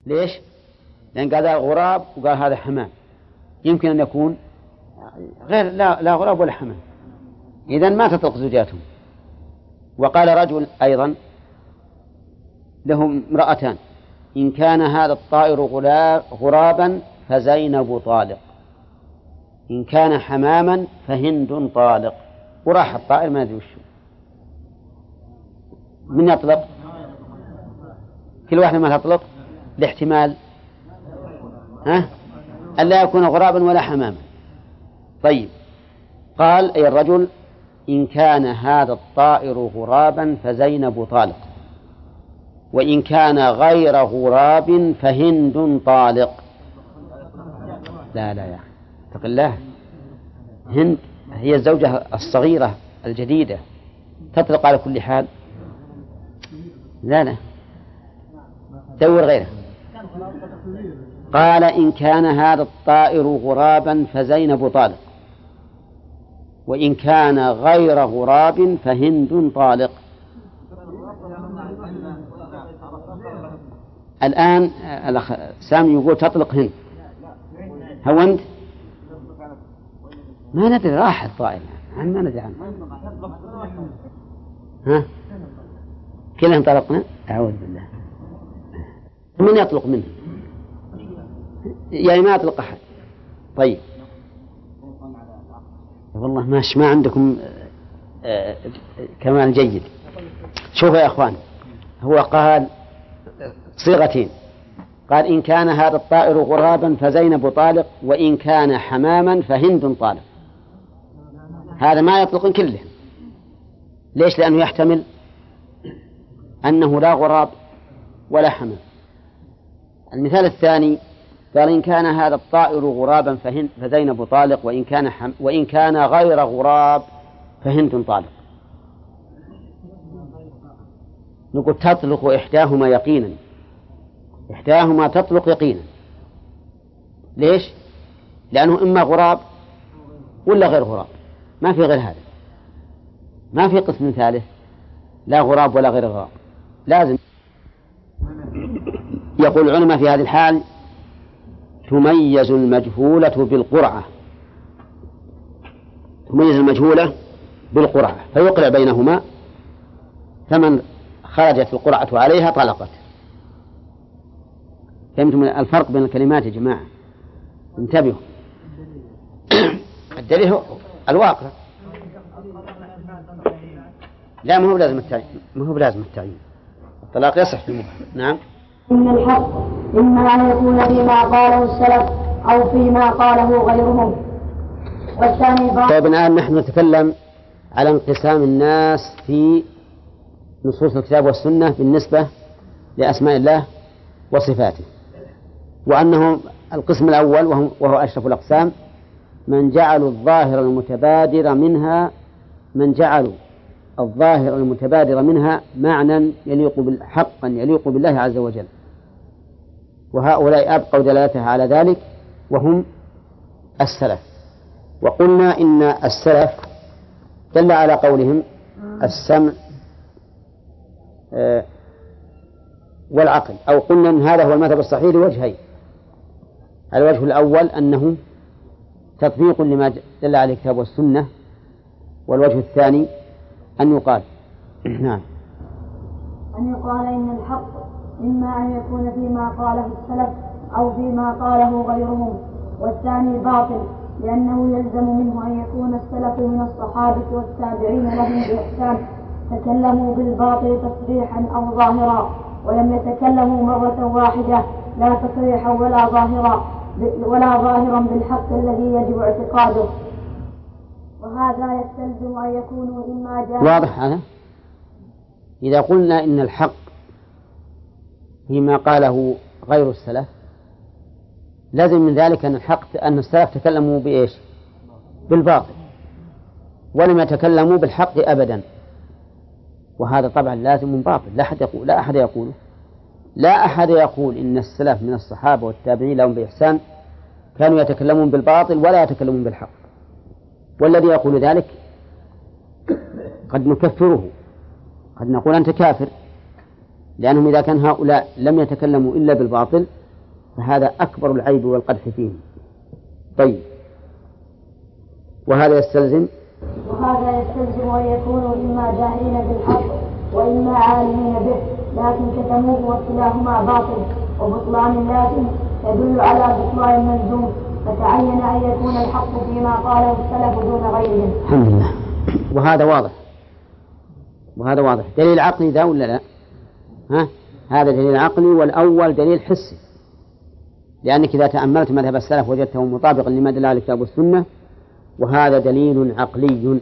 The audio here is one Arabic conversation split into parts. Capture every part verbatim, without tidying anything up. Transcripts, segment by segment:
ليش؟ لأن قال غراب وقال هذا حمام، يمكن أن يكون غير لا, لا غراب ولا حمام، إذن ما تطلق زوجاتهم. وقال رجل أيضا له امرأتان: إن كان هذا الطائر غرابا فزينب طالق، إن كان حماما فهند طالق. وراح الطائر ما أدري وشو. من يطلق؟ كل واحدة ما تطلق لاحتمال ها ألا يكون غرابا ولا حماما. طيب، قال أي الرجل: إن كان هذا الطائر غرابا فزينب طالق، وإن كان غير غراب فهند طالق. لا لا يا أخي اتق الله، هند هي الزوجة الصغيرة الجديدة، تطلق على كل حال. لا لا دور غيره. قال: إن كان هذا الطائر غرابا فزينب طالق، وإن كان غير غراب فهند طالق. الآن الأخ سامي يقول تطلق هند. هوند ما ندري، راح الطائر ما ندري عنه. ها كلهم طلقنا؟ أعوذ بالله. من يطلق منه؟ يعني ما يطلق أحد. طيب والله ماش ما عندكم كمان جيد. شوفوا يا أخوان، هو قال صيغتين، قال: إن كان هذا الطائر غرابا فزينب طالق، وإن كان حماما فهند طالق. هذا ما يطلق كله. ليش؟ لأنه يحتمل أنه لا غراب ولا حمام. المثال الثاني قال: إن كان هذا الطائر غرابا فهند فزينب طالق، وإن كان حم وإن كان غير غراب فهند طالق. نقول تطلق إحداهما يقينا، إحداهما تطلق يقينا. ليش؟ لأنه إما غراب ولا غير غراب، ما في غير هذا، ما في قسم ثالث، لا غراب ولا غير غراب، لازم. يقول العلماء في هذه الحال: تميز المجهولة بالقرعة، تميز المجهولة بالقرعة فيقرع بينهما، فمن خرجت القرعة عليها طلقت. فهمتم الفرق بين الكلمات يا جماعة؟ انتبهوا. الدليل هو الواقع. لا ما هو لازم التعيين، ما هو لازم التعيين، الطلاق يصح في المبهم. نعم. إن الحق إما أن يكون فيما قاله السلف أو فيما قاله غيرهم، والثاني بعض. طيب الآن نحن نتكلم على انقسام الناس في نصوص الكتاب والسنة بالنسبة لأسماء الله وصفاته، وأنه القسم الأول وهو أشرف الأقسام: من جعلوا الظاهر المتبادر منها من جعلوا الظاهر المتبادر منها معنى يليق بالحقا يليق بالله عز وجل، وهؤلاء أبقوا دلالتها على ذلك وهم السلف. وقلنا إن السلف دل على قولهم السمع والعقل، أو قلنا أن هذا هو المذهب الصحيح لوجهين: الوجه الأول أنه تطبيق لما دل عليه الكتاب والسنة، والوجه الثاني أن يقال نعم أن يقال إن الحق إما أن يكون فيما قاله السلف أو فيما قاله غيرهم، والثاني باطل، لأنه يلزم منه أن يكون السلف من الصحابة والتابعين لهم بإحسان تكلموا بالباطل تصريحا أو ظاهرا، ولم يتكلموا مرة واحدة لا تصريحا ولا ظاهرا ولا ظاهرا بالحق الذي يجب اعتقاده، وهذا يستلزم أن يكونوا إما جاهل. واضح هذا؟ إذا قلنا إن الحق فيما قاله غير السلف، لازم من ذلك أن الحق أن السلف تكلموا بإيش؟ بالباطل، ولم يتكلموا بالحق أبدا، وهذا طبعا لازم باطل، لا أحد يقول لا أحد يقوله لا أحد يقول إن السلف من الصحابة والتابعين لهم بإحسان كانوا يتكلمون بالباطل ولا يتكلمون بالحق، والذي يقول ذلك قد نكفره، قد نقول أنت كافر، لأنهم إذا كان هؤلاء لم يتكلموا إلا بالباطل فهذا أكبر العيب والقدح فيه. طيب، وهذا يستلزم وهذا يستلزم أن يكونوا إما جاهلين بالحق وإما عالمين به، لكن كتموه وكلاهما باطل، وبطلان اللازم يدل على بطلان الملزوم، فتعين أن يكون الحق فيما قاله السلف دون غيرهم. الحمد لله. وهذا واضح، وهذا واضح. دليل عقلي ذا ولا لا؟ ها؟ هذا دليل عقلي، والأول دليل حسي، لأنك إذا تأملت مذهب السلف وجدته مطابقا لما دل على الكتاب والسنة، وهذا دليل عقلي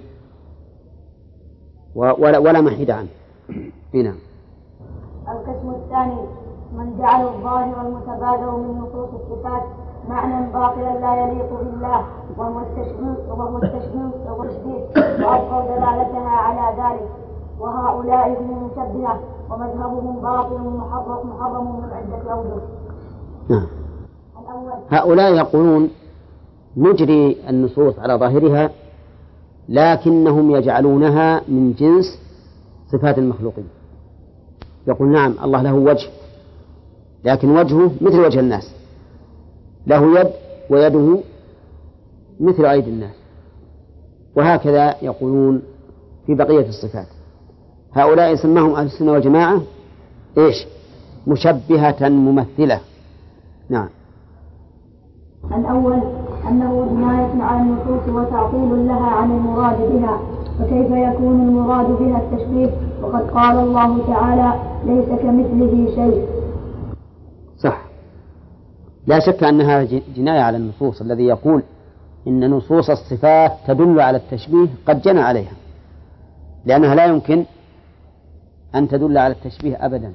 ولا, ولا محيد عنه. هنا القسم الثاني من جعل الظاهر المتبادر من نصوص الصفات معنى باطلا لا يليق بالله، وهو التشبيه وهو التشبيه وأبقوا دلالتها على ذلك، وهؤلاء هم المشبهة، ومذهبهم باطل محرم محرم من عدة أوجه. نعم. هؤلاء يقولون نجري النصوص على ظاهرها، لكنهم يجعلونها من جنس صفات المخلوقين. يقول نعم الله له وجه، لكن وجهه مثل وجه الناس، له يد ويده مثل أيدي الناس، وهكذا يقولون في بقية الصفات. هؤلاء سماهم أهل السنة والجماعة إيش؟ مشبهة ممثلة. نعم. الأول أنه جناية على النصوص وتعطيل لها عن المراد بها، فكيف يكون المراد بها التشبيه وقد قال الله تعالى ليس كمثله شيء؟ صح، لا شك أنها جناية على النصوص. الذي يقول إن نصوص الصفات تدل على التشبيه قد جنى عليها، لأنها لا يمكن أن تدل على التشبيه أبدا،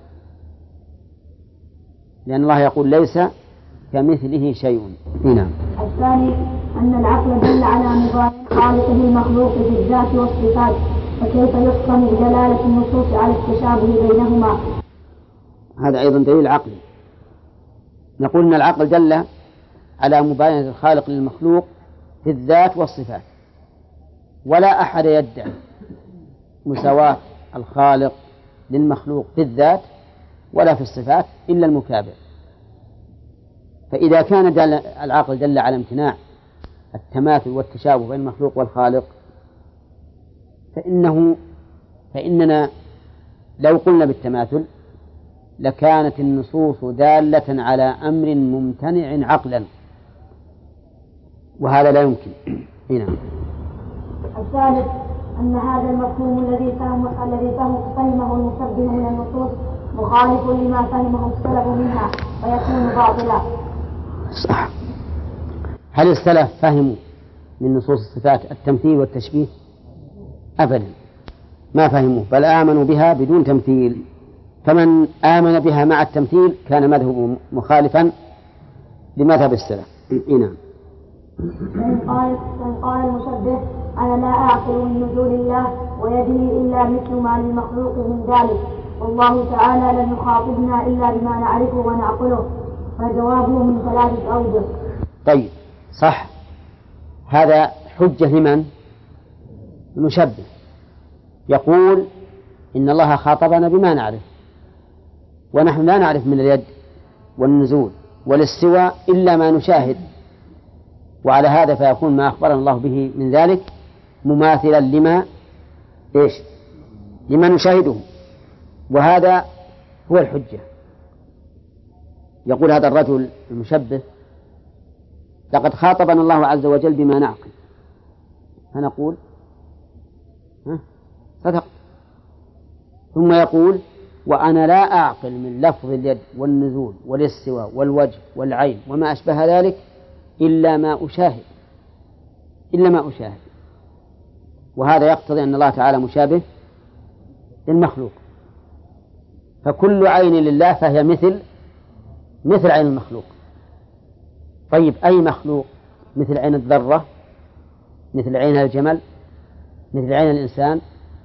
لأن الله يقول ليس كمثله شيء. نعم. الثاني أن العقل دل على مباين خالقه المخلوق في الذات والصفات، فكيف يحكم بدلالة النصوص على التشابه بينهما؟ هذا أيضا دليل عقلي. نقول أن العقل دل على مباينة الخالق للمخلوق في الذات والصفات، ولا أحد يدعي مساواة الخالق للمخلوق في الذات ولا في الصفات إلا المكابر. فإذا كان دل العقل دل على امتناع التماثل والتشابه بين المخلوق والخالق، فإنه فإننا لو قلنا بالتماثل لكانت النصوص دالة على أمر ممتنع عقلا، وهذا لا يمكن. هنا الثالث أن هذا المفهوم الذي فهمه الذي فهمه المشبه من النصوص مخالف لما فهمه السلف منها، فيكون باطلا. صح. هل السلف فهموا من نصوص الصفات التمثيل والتشبيه؟ أبدا، ما فهموا، بل آمنوا بها بدون تمثيل. فمن آمن بها مع التمثيل كان مذهبه مخالفا لمذهب السلف. نعم. فإن قال فإن قال المشبه أنا لا أعقل من نزول الله ويده إلا مثل ما للمخلوق من ذلك، والله تعالى لم يخاطبنا إلا بما نعرفه ونعقله، فجوابه من ثلاثة أوجه. طيب، صح. هذا حجة لمن؟ المشبه. يقول إن الله خاطبنا بما نعرف، ونحن لا نعرف من اليد والنزول والاستواء إلا ما نشاهد، وعلى هذا فيكون ما أخبرنا الله به من ذلك مماثلا لما إيش؟ لما نشاهده، وهذا هو الحجة. يقول هذا الرجل المشبه لقد خاطبنا الله عز وجل بما نعقل، فنقول ها صدق. ثم يقول وأنا لا أعقل من لفظ اليد والنزول والاستواء والوجه والعين وما أشبه ذلك إلا ما أشاهد إلا ما أشاهد وهذا يقتضي أن الله تعالى مشابه للمخلوق، فكل عين لله فهي مثل مثل عين المخلوق. طيب، أي مخلوق؟ مثل عين الذرة، مثل عين الجمل، مثل عين الإنسان،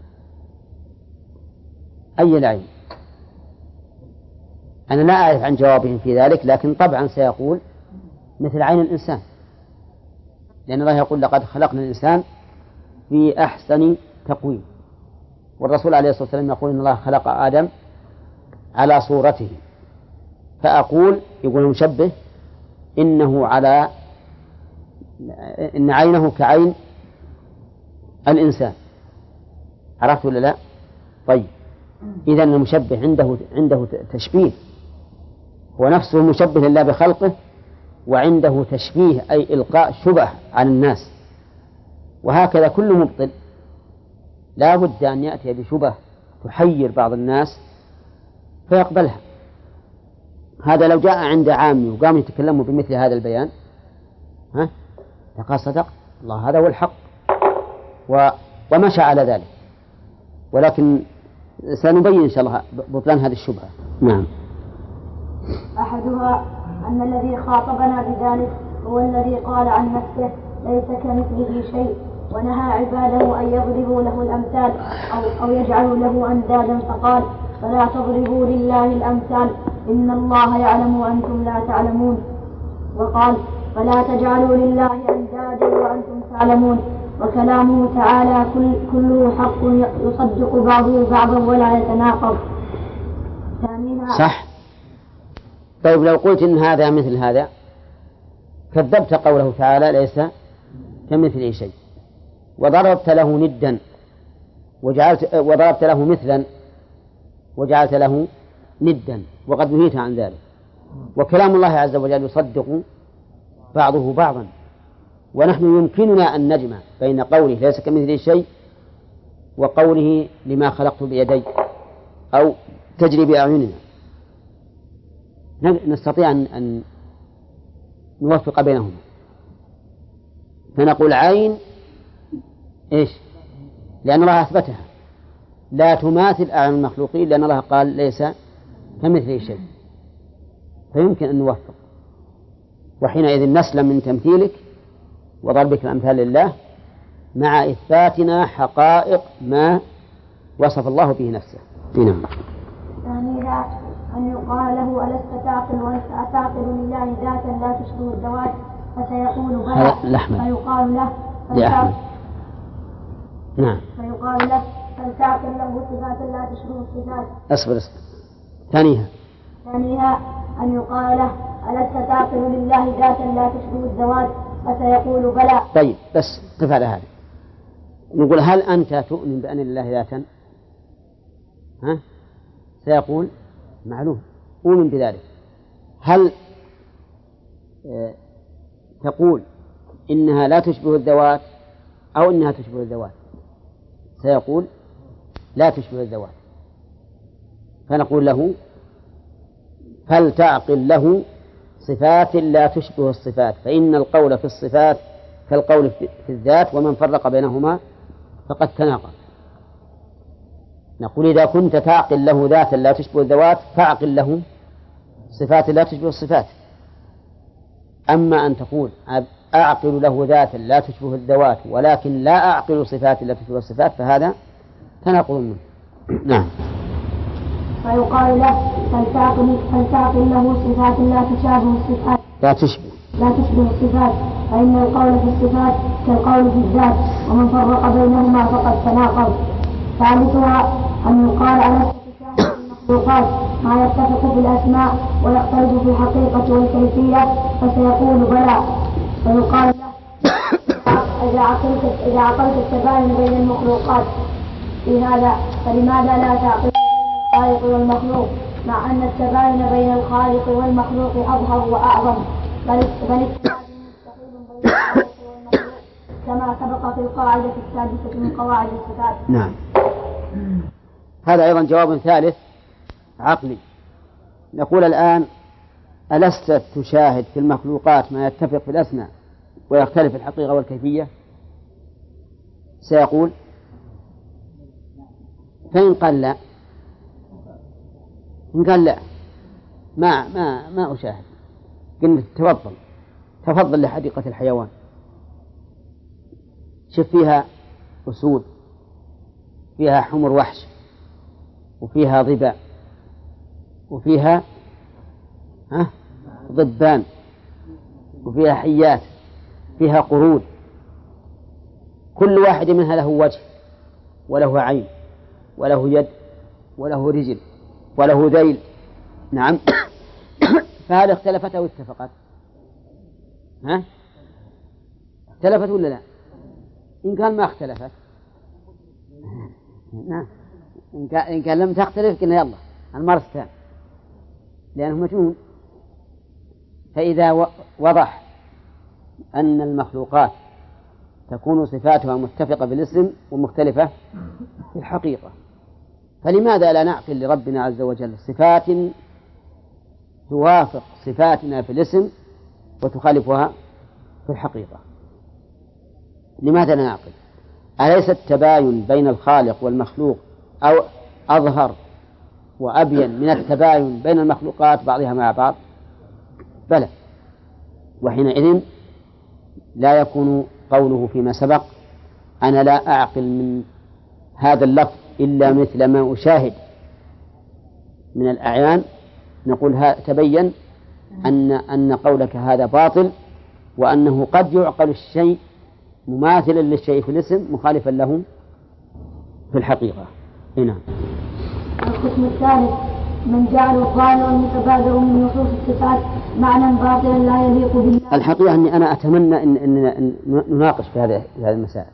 أي العين؟ أنا لا أعرف عن جوابهم في ذلك، لكن طبعا سيقول مثل عين الإنسان، لأن الله يقول لقد خلقنا الإنسان في أحسن تقويم، والرسول عليه الصلاة والسلام يقول إن الله خلق آدم على صورته، فأقول يقول المشبه إنه على إن عينه كعين الإنسان. عرفت ولا لا؟ طيب إذا المشبه عنده عنده تشبيه، هو نفسه مشبه لله بخلقه، وعنده تشبيه أي إلقاء شبه عن الناس. وهكذا كل مبطل لا بد أن يأتي بشبه تحير بعض الناس فيقبلها. هذا لو جاء عند عامي وقام يتكلموا بمثل هذا البيان ها فقال صدق الله هذا هو الحق و... ومشى على ذلك. ولكن سنبين إن شاء الله بطلان هذه الشبهة. نعم. أحدها أن الذي خاطبنا بذلك هو الذي قال عن نفسه ليس كمثله شيء، ونهى عباده أن يضربوا له الأمثال أو, أو يجعلوا له أندادا، فقال فلا تضربوا لله الأمثال إن الله يعلم وأنتم لا تعلمون. وقال فلا تجعلوا لله أندادا وأنتم تعلمون. وكلامه تعالى كل كله حق يصدق بعضه بعضا ولا يتناقض. صح. طيب لو قلت إن هذا مثل هذا كذبت قوله تعالى ليس كمثله شيء، وضربت له ندا وجعلت وضربت له مثلا وجعلت له ندا، وقد نهيت عن ذلك. وكلام الله عز وجل يصدق بعضه بعضا، ونحن يمكننا أن نجمع بين قوله ليس كمثله شيء وقوله لما خلقت بيدي أو تجري بأعيننا. نستطيع أن نوفق بينهما، فنقول عين إيش؟ لأن الله أثبتها لا تماثل أعين المخلوقين، لأن الله قال ليس كمثله شيء، فيمكن أن نوفق. وحينئذ نسلم من تمثيلك وضربك الأمثال لله مع إثباتنا حقائق ما وصف الله به نفسه. نعم. ثانيها أن يقال له ألست تعقل وأنت تعقل لله ذاتا لا تشبه الذوات، فسيقول بلى، فيقال له فلتعقل نعم فيقال له فلتعقل له صفات لا تشبه الصفات. أصبر أصبر ثانيها ثانيها أن يقال له ألست تعقل لله ذاتا لا تشبه الذوات، فسيقول بلى. طيب بس قف على هذا، نقول هل أنت تؤمن بأن لله ذاتا؟ ها؟ سيقول معلوم أؤمن بذلك. هل آه تقول إنها لا تشبه الذوات أو إنها تشبه الذوات؟ سيقول لا تشبه الذوات، فنقول له فلتعقل له صفات لا تشبه الصفات، فإن القول في الصفات كالقول في الذات، ومن فرق بينهما فقد تناقض. نقول إذا كنت تعقل له ذاتا لا تشبه الذوات فاعقل له صفات لا تشبه الصفات. أما أن تقول أعقل له ذاتا لا تشبه الذوات ولكن لا أعقل صفات لا تشبه الصفات فهذا تناقض منه. نعم. فيقال له فلتعقل فلتعقل له صفات لا تشابه الصفات لا تشبه لا تشبه الصفات، فإن القول في الصفات كالقول في الذات، ومن فرق بينهما فقد تناقض. ثالثها أن يقال على تشابه المخلوقات ما يتفق في الأسماء ويختلف في الحقيقة والكيفية، فسيقول بلى، فيقال له إذا عقلت إذا عقلت التباين بين المخلوقات في هذا فلماذا لا تعقل بين الخالق والمخلوق، مع أن التباين بين الخالق والمخلوق أظهر وأعظم، بل التباين مستحيل بين الخالق والمخلوق كما سبق في القاعدة السادسة من قواعد الصفات. نعم. هذا أيضا جواب ثالث عقلي. نقول الآن ألست تشاهد في المخلوقات ما يتفق في الأسماء ويختلف الحقيقة والكيفية؟ سيقول فإن قال لا إن قال لا ما ما ما أشاهد، قلنا تفضل تفضل لحديقة الحيوان، شوف فيها أسود، فيها حمر وحش، وفيها ضباع، وفيها ها ضبان، وفيها حيات، فيها قرود، كل واحد منها له وجه وله عين وله يد وله رجل وله ذيل. نعم. فهل اختلفت أو اتفقت؟ ها؟ اختلفت ولا لا؟ إن كان ما اختلفت نعم، إن كان لم تختلف قلنا يلا المرة الثانية لأنه مجنون. فإذا وضح أن المخلوقات تكون صفاتها متفقة بالاسم ومختلفة في الحقيقة، فلماذا لا نعقل لربنا عز وجل صفات توافق صفاتنا في الاسم وتخالفها في الحقيقة؟ لماذا لا نعقل؟ أليس التباين بين الخالق والمخلوق أو أظهر وأبين من التباين بين المخلوقات بعضها مع بعض؟ بلى. وحينئذ لا يكون قوله فيما سبق أنا لا أعقل من هذا اللفظ إلا مثل ما أشاهد من الأعيان، نقول تبين أن أن قولك هذا باطل، وأنه قد يعقل الشيء مماثلا للشيء في الاسم مخالفا له في الحقيقة. هنا القسم الثالث من جعل الظاهر والمتبادر من نصوص الصفات معنى باطلا لا يليق بالله. الحقيقة أني أنا أتمنى أن, أن نناقش في هذه هذه المسائل.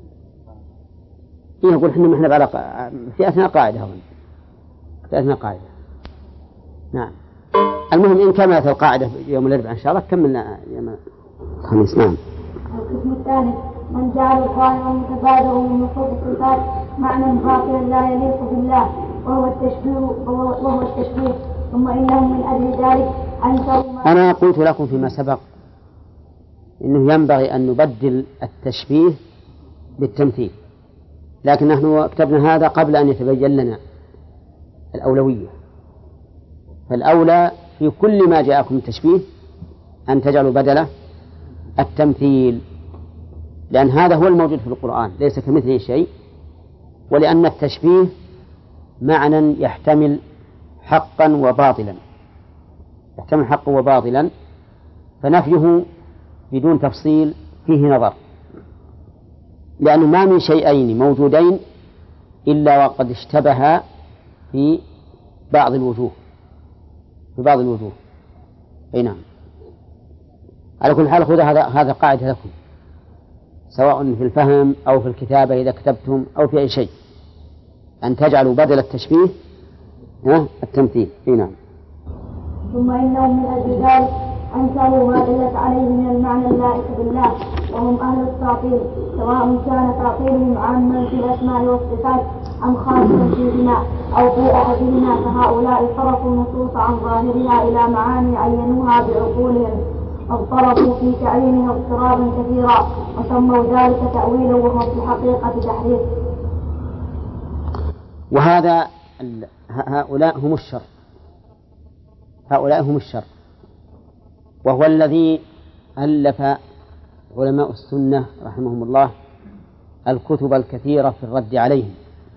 يقول إحنا إحنا على في أثناء قاعدة هون في أثناء قاعدة. نعم. المهم إن كملت القاعدة يوم الأربعاء إن شاء الله كملنا يوم الخميس. نعم. القسم الثالث من جعل الظاهر والمتبادر من نصوص الصفات معنى باطلا لا يليق بالله وهو التشبيه وهو التشبيه ثم إنهم من أجل ذلك أنكروا. أنا قلت لكم فيما سبق إنه ينبغي أن نبدل التشبيه بالتمثيل، لكن نحن كتبنا هذا قبل أن يتبين لنا الأولوية. فالأولى في كل ما جاءكم التشبيه أن تجعلوا بدله التمثيل، لأن هذا هو الموجود في القرآن ليس كمثله شيء، ولأن التشبيه معنى يحتمل حقا وباطلا يحتمل حقا وباطلا فنفيه بدون تفصيل فيه نظر، لأنه ما من شيئين موجودين إلا وقد اشتبها في بعض الوجوه في بعض الوجوه أي نعم. على كل حال خذ هذا هذا قاعدة لكم سواء في الفهم أو في الكتابة إذا كتبتم أو في أي شيء، أن تجعلوا بدل التشبيه التمثيل. أي نعم. ثم إنهم من أجل ذلك أنكروا ما دلت عليه من المعنى اللائق بالله وهم أهل التعطيل، سواء كان تعطيلهم عاما في الأسماء والصفات أم خاصا فيهما أو في أحدهما، فهؤلاء صرفوا النصوص عن ظاهرها إلى معاني عينوها بعقولهم اضطربوا في تعيينها اضطرابا كثيرا وسموا ذلك تأويلا وهو في الحقيقة تحريف. وهذا هؤلاء هم الشر هؤلاء هم الشر وهو الذي ألف علماء السنة رحمهم الله الكتب الكثيرة في الرد عليهم.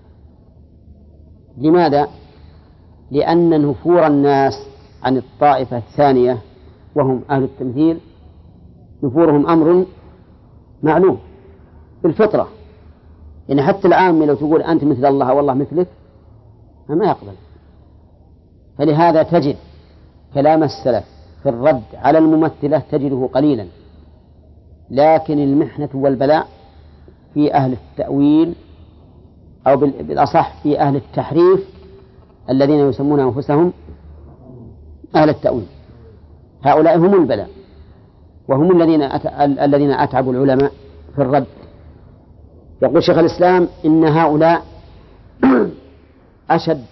لماذا؟ لأن نفور الناس عن الطائفة الثانية وهم أهل التمثيل نفورهم أمر معلوم بالفطرة، يعني حتى العام لو تقول أنت مثل الله والله مثلك ما يقبل. فلهذا تجد كلام السلف في الرد على الممثلة تجده قليلا، لكن المحنة والبلاء في أهل التأويل أو بالأصح في أهل التحريف الذين يسمون أنفسهم أهل التأويل. هؤلاء هم البلاء وهم الذين الذين أتعبوا العلماء في الرد. يقول شيخ الإسلام إن هؤلاء أشد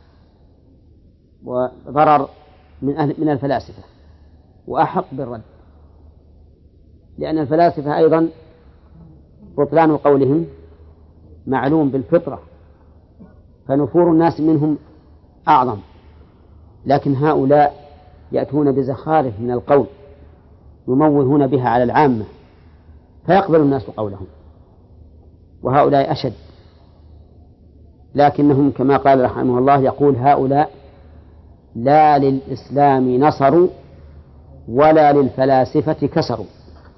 وضرر من أهل من الفلاسفة وأحق بالرد، لأن الفلاسفة أيضا بطلان قولهم معلوم بالفطرة فنفور الناس منهم أعظم، لكن هؤلاء يأتون بزخارف من القول يموهون بها على العامة فيقبل الناس قولهم، وهؤلاء أشد. لكنهم كما قال رحمه الله يقول هؤلاء لا للإسلام نصروا ولا للفلاسفة كسروا،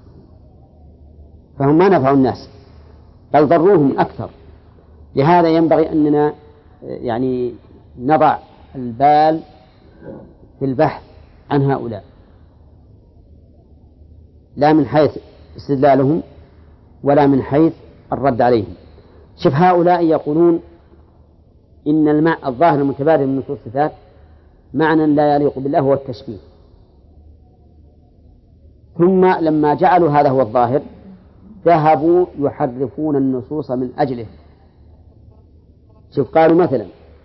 فهم ما نفعوا الناس بل ضروهم أكثر. لهذا ينبغي أننا يعني نضع البال في البحث عن هؤلاء، لا من حيث استدلالهم ولا من حيث الرد عليهم. شوف هؤلاء يقولون إن الماء الظاهر المتبادل من نصوص الصفات معنى لا يليق بالله هو التشبيه، ثم لما جعلوا هذا هو الظاهر ذهبوا يحرفون النصوص من أجله. شوف قالوا مثلا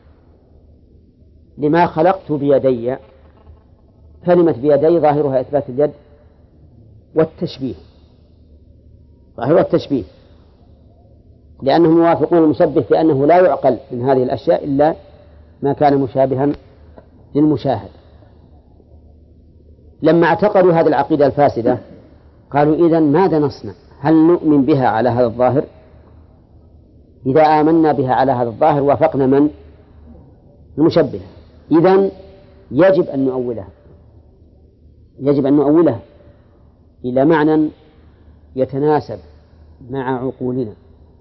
لما خلقت بيدي، كلمة بيدي ظاهرها إثبات اليد والتشبيه، ظاهرها التشبيه، لأنهم يوافقون المشبه في أنه لا يعقل من هذه الأشياء إلا ما كان مشابها للمشاهد. لما اعتقدوا هذه العقيدة الفاسدة قالوا إذن ماذا نصنع؟ هل نؤمن بها على هذا الظاهر؟ إذا آمنا بها على هذا الظاهر وافقنا من؟ المشبه. إذن يجب أن نؤولها، يجب أن نؤولها إلى معنى يتناسب مع عقولنا،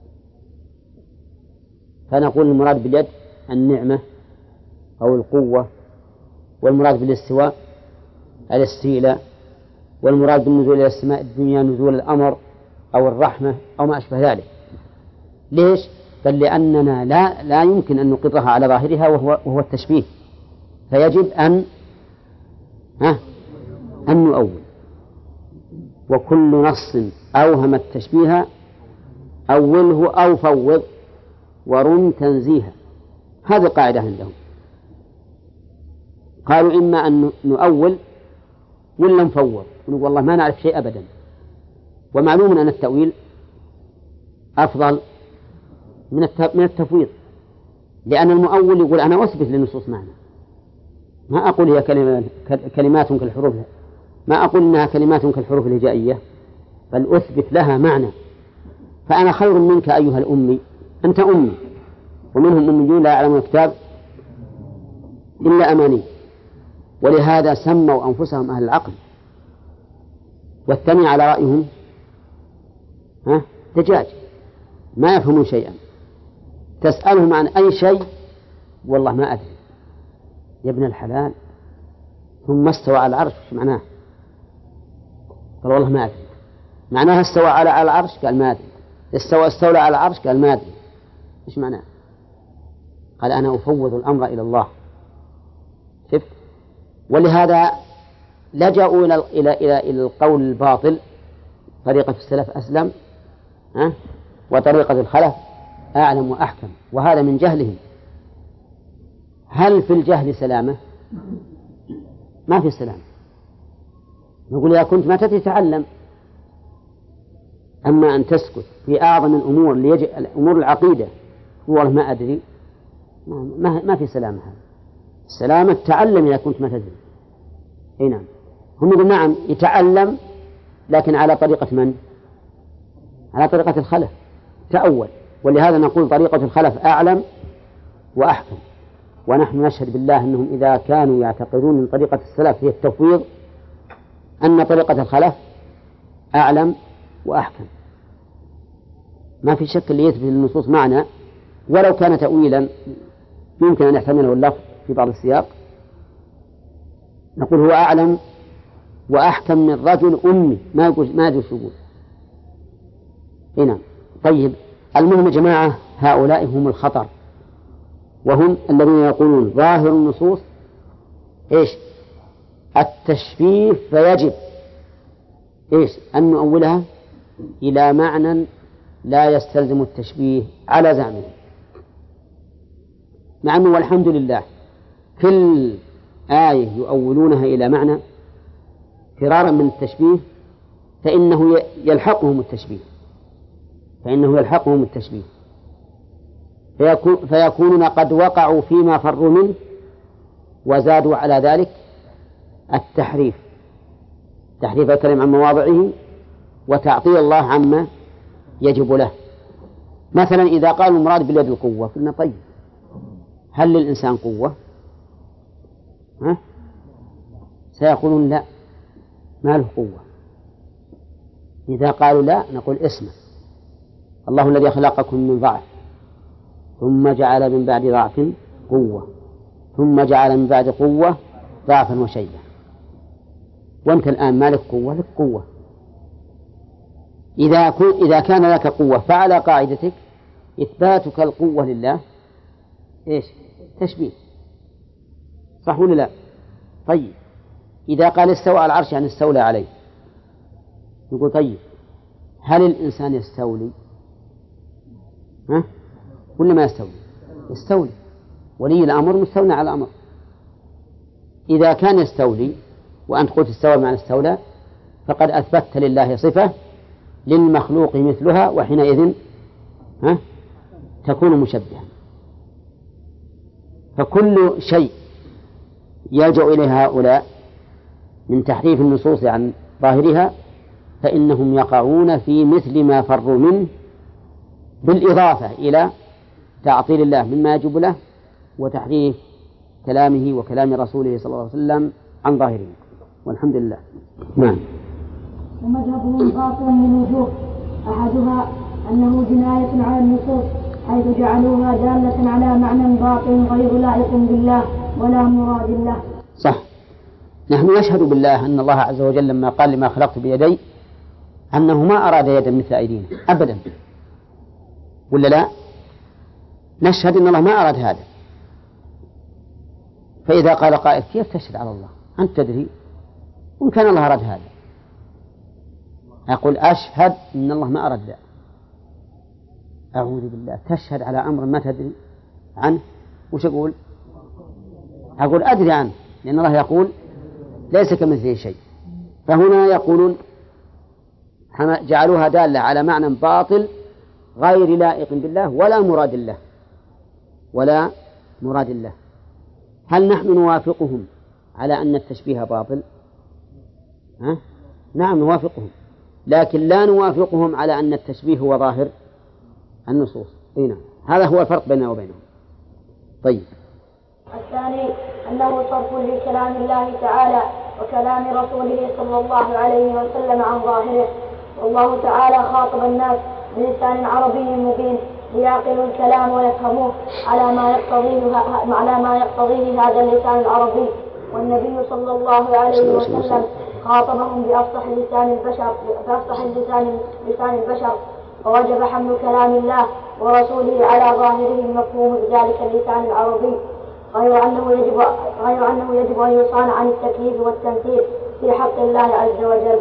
فنقول المراد باليد النعمة أو القوة، والمراد بالاستواء الاستيلاء، والمراد بالنزول إلى السماء الدنيا نزول الأمر أو الرحمة أو ما أشبه ذلك. ليش؟ بل لأننا لا لا يمكن أن نقرها على ظاهرها وهو, وهو التشبيه، فيجب أن ها أن نؤول. وكل نص أوهم التشبيه أوله أو فوض ورم تنزيها، هذه القاعدة عندهم. قالوا إما أن نؤول ولا نفوض، ونقول والله ما نعرف شيء أبدا. ومعلوم أن التأويل أفضل من من التفويض، لأن المؤول يقول أنا أثبت للنصوص معنى، ما أقول هي كلمات كلمات كالحروف، ما أقول إنها كلمات كالحروف الهجائية، بل أثبت لها معنى. فأنا خير منك أيها الأمي، أنت أمي، ومنهم أميون لا يعلمون الكتاب إلا أماني، ولهذا سموا أنفسهم أهل العقل. والثاني على رأيهم ها دجاج ما يفهمون شيئا، تسألهم عن أي شيء والله ما أدري. يا ابن الحلال ثم استوى على العرش وش معناه؟ قال والله ما أدري. معناها استوى على العرش قال ما أدري، استوى استولى على العرش قال ما أدري، إيش معناه؟ قال أنا أفوض الأمر إلى الله. شفت؟ ولهذا لجأوا إلى إلى إلى إلى القول الباطل، طريقة السلف أسلم ها؟ وطريقة الخلف أعلم وأحكم، وهذا من جهلهم. هل في الجهل سلامة؟ ما في سلامة. نقول إذا كنت ما تتعلم، أما أن تسكت في أعظم الأمور ليجب أمور العقيدة والله ما أدري، ما ما في سلامة. هذا السلامة تعلم إذا كنت ما تدري. أي نعم، هم يقول نعم يتعلم لكن على طريقة من؟ على طريقة الخلف، تأول. ولهذا نقول طريقة الخلف أعلم وأحكم. ونحن نشهد بالله أنهم إذا كانوا يعتقدون من طريقة السلف هي التفويض، أن طريقة الخلف أعلم وأحكم. ما في شك اللي يثبت النصوص معنى ولو كان تأويلا يمكن أن يحتمله اللفظ في بعض السياق، نقول هو أعلم وأحكم من رجل أمي ما يقول ما يدري شو يقول. هنا طيب، المهم يا جماعة هؤلاء هم الخطر، وهم الذين يقولون ظاهر النصوص إيش؟ التشبيه، فيجب إيش؟ أن نؤولها إلى معنى لا يستلزم التشبيه على زعمه، مع أنه والحمد لله كل آية يؤولونها إلى معنى فرارا من التشبيه فإنه يلحقهم التشبيه فإنه يلحقهم التشبيه فيكون فيكونون قد وقعوا فيما فروا منه وزادوا على ذلك التحريف، تحريف الكلام عن مواضعه وتعطيل الله عما يجب له. مثلا إذا قالوا المراد باليد القوة قلنا طيب هل للإنسان قوة؟ ها؟ سيقولون لا ما له قوة. إذا قالوا لا نقول اسمه الله الذي خلقكم من ضعف ثم جعل من بعد ضعف قوة ثم جعل من بعد قوة ضعفا وشيبة. وأنت الآن مالك قوة، لك قوة. إذا إذا كان لك قوة فعلى قاعدتك إثباتك القوة لله إيش؟ تشبيه، صح ولا لا؟ طيب إذا قال استوى على العرش يعني استولى عليه، نقول طيب هل الإنسان يستولي؟ ها؟ ولا ما يستولي؟ يستولي، ولي الأمر مستولى على الأمر. إذا كان يستولي وأنت قلت استوى معنى استولى فقد أثبتت لله صفة للمخلوق مثلها، وحينئذ ها تكون مشبها. فكل شيء يلجأ إليه هؤلاء من تحريف النصوص عن ظاهرها فإنهم يقعون في مثل ما فروا منه، بالإضافة إلى تعطيل الله مما يجب له وتحريف كلامه وكلام رسوله صلى الله عليه وسلم عن ظاهره. والحمد لله. نعم. ومذهبهم باطل من وجوه، أحدها أنه جناية على النصوص حيث جعلوها دالة على معنى باطل غير لائق بالله ولا مراد الله. صح. نحن نشهد بالله أن الله عز وجل لما قال لما خلقت بيدي أنه ما أراد يدا مثل أيدينا أبدا، ولا لا؟ نشهد أن الله ما أراد هذا. فإذا قال قائل كيف تشهد على الله؟ أنت تدري وإن كان الله أراد هذا. أقول أشهد أن الله ما أراد ذلك. أعوذ بالله، تشهد على أمر ما تدري عنه، وش أقول؟ أقول أدري عنه، لأن الله يقول ليس كمثله شيء. فهنا يقولون جعلوها دالة على معنى باطل غير لائق بالله ولا مراد الله ولا مراد الله. هل نحن نوافقهم على أن التشبيه باطل؟ ها؟ نعم نوافقهم، لكن لا نوافقهم على أن التشبيه هو ظاهر النصوص. هنا هذا هو الفرق بيننا وبينهم. طيب. الثاني أنه صرف لكلام الله تعالى وكلام رسوله صلى الله عليه وسلم عن ظاهره، والله تعالى خاطب الناس بلسان عربي مبين ليعقلوا الكلام ويفهموه على ما يقتضيه على ما يقتضيه هذا اللسان العربي، والنبي صلى الله عليه وسلم خاطبهم بأفصح لسان البشر بأفصح اللسان لسان البشر، فوجب حمل كلام الله ورسوله على ظاهره المفهوم بذلك اللسان العربي، غير أنه يجب غير أنه يجب أن يصان عن التكييف والتمثيل في حق الله عز وجل.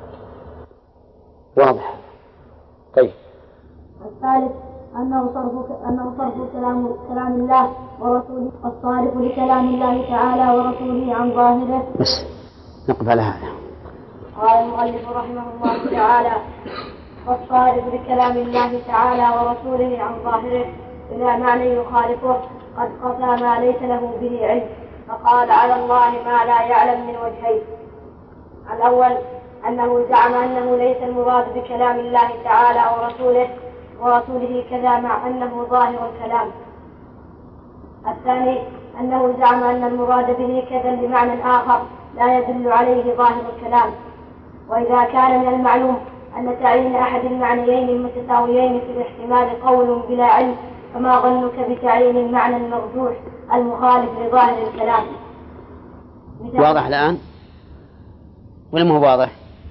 واضح. طيب. الثالث أنه صرف أنه صرف كلام كلام الله ورسوله، الصارف لكلام الله تعالى ورسوله عن ظاهره. بس نقف على هذا. قال المؤلف رحمه الله تعالى: والصارف لكلام الله تعالى ورسوله عن ظاهره إلى معنى يخالفه قد قضى ما ليس له به علم، فقال على الله ما لا يعلم من وجهين. الأول أنه زعم أنه ليس المراد بكلام الله تعالى ورسوله ورسوله كذا مع أنه ظاهر الكلام. الثاني أنه زعم أن المراد به كذا بمعنى آخر لا يدل عليه ظاهر الكلام. وإذا كان من المعلوم أن تعيين أحد المعنيين المتساويين في الاحتمال قول بلا علم، فما ظنك بتعيين المعنى المرجوح المخالف لظاهر الكلام؟ واضح الآن ولا مو واضح؟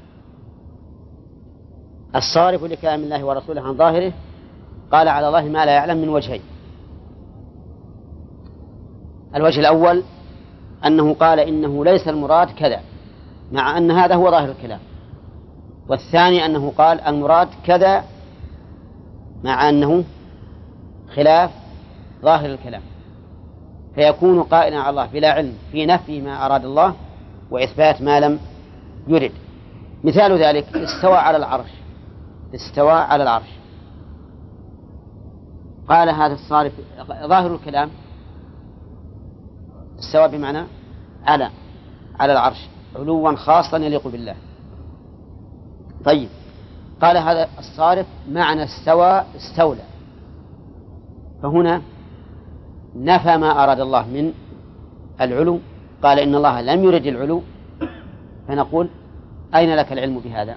الصارف لكلام الله ورسوله عن ظاهره قال على الله ما لا يعلم من وجهين. الوجه الأول أنه قال إنه ليس المراد كذا مع أن هذا هو ظاهر الكلام، والثاني أنه قال المراد كذا مع أنه خلاف ظاهر الكلام، فيكون قائلا على الله بلا علم في نفي ما أراد الله وإثبات ما لم يرد. مثال ذلك استوى على العرش، استوى على العرش، قال هذا الصارف ظاهر الكلام استوى بمعنى على على العرش علوا خاصا يليق بالله. طيب قال هذا الصارف معنى استوى استولى، فهنا نفى ما أراد الله من العلو، قال إن الله لم يرد العلو، فنقول أين لك العلم بهذا؟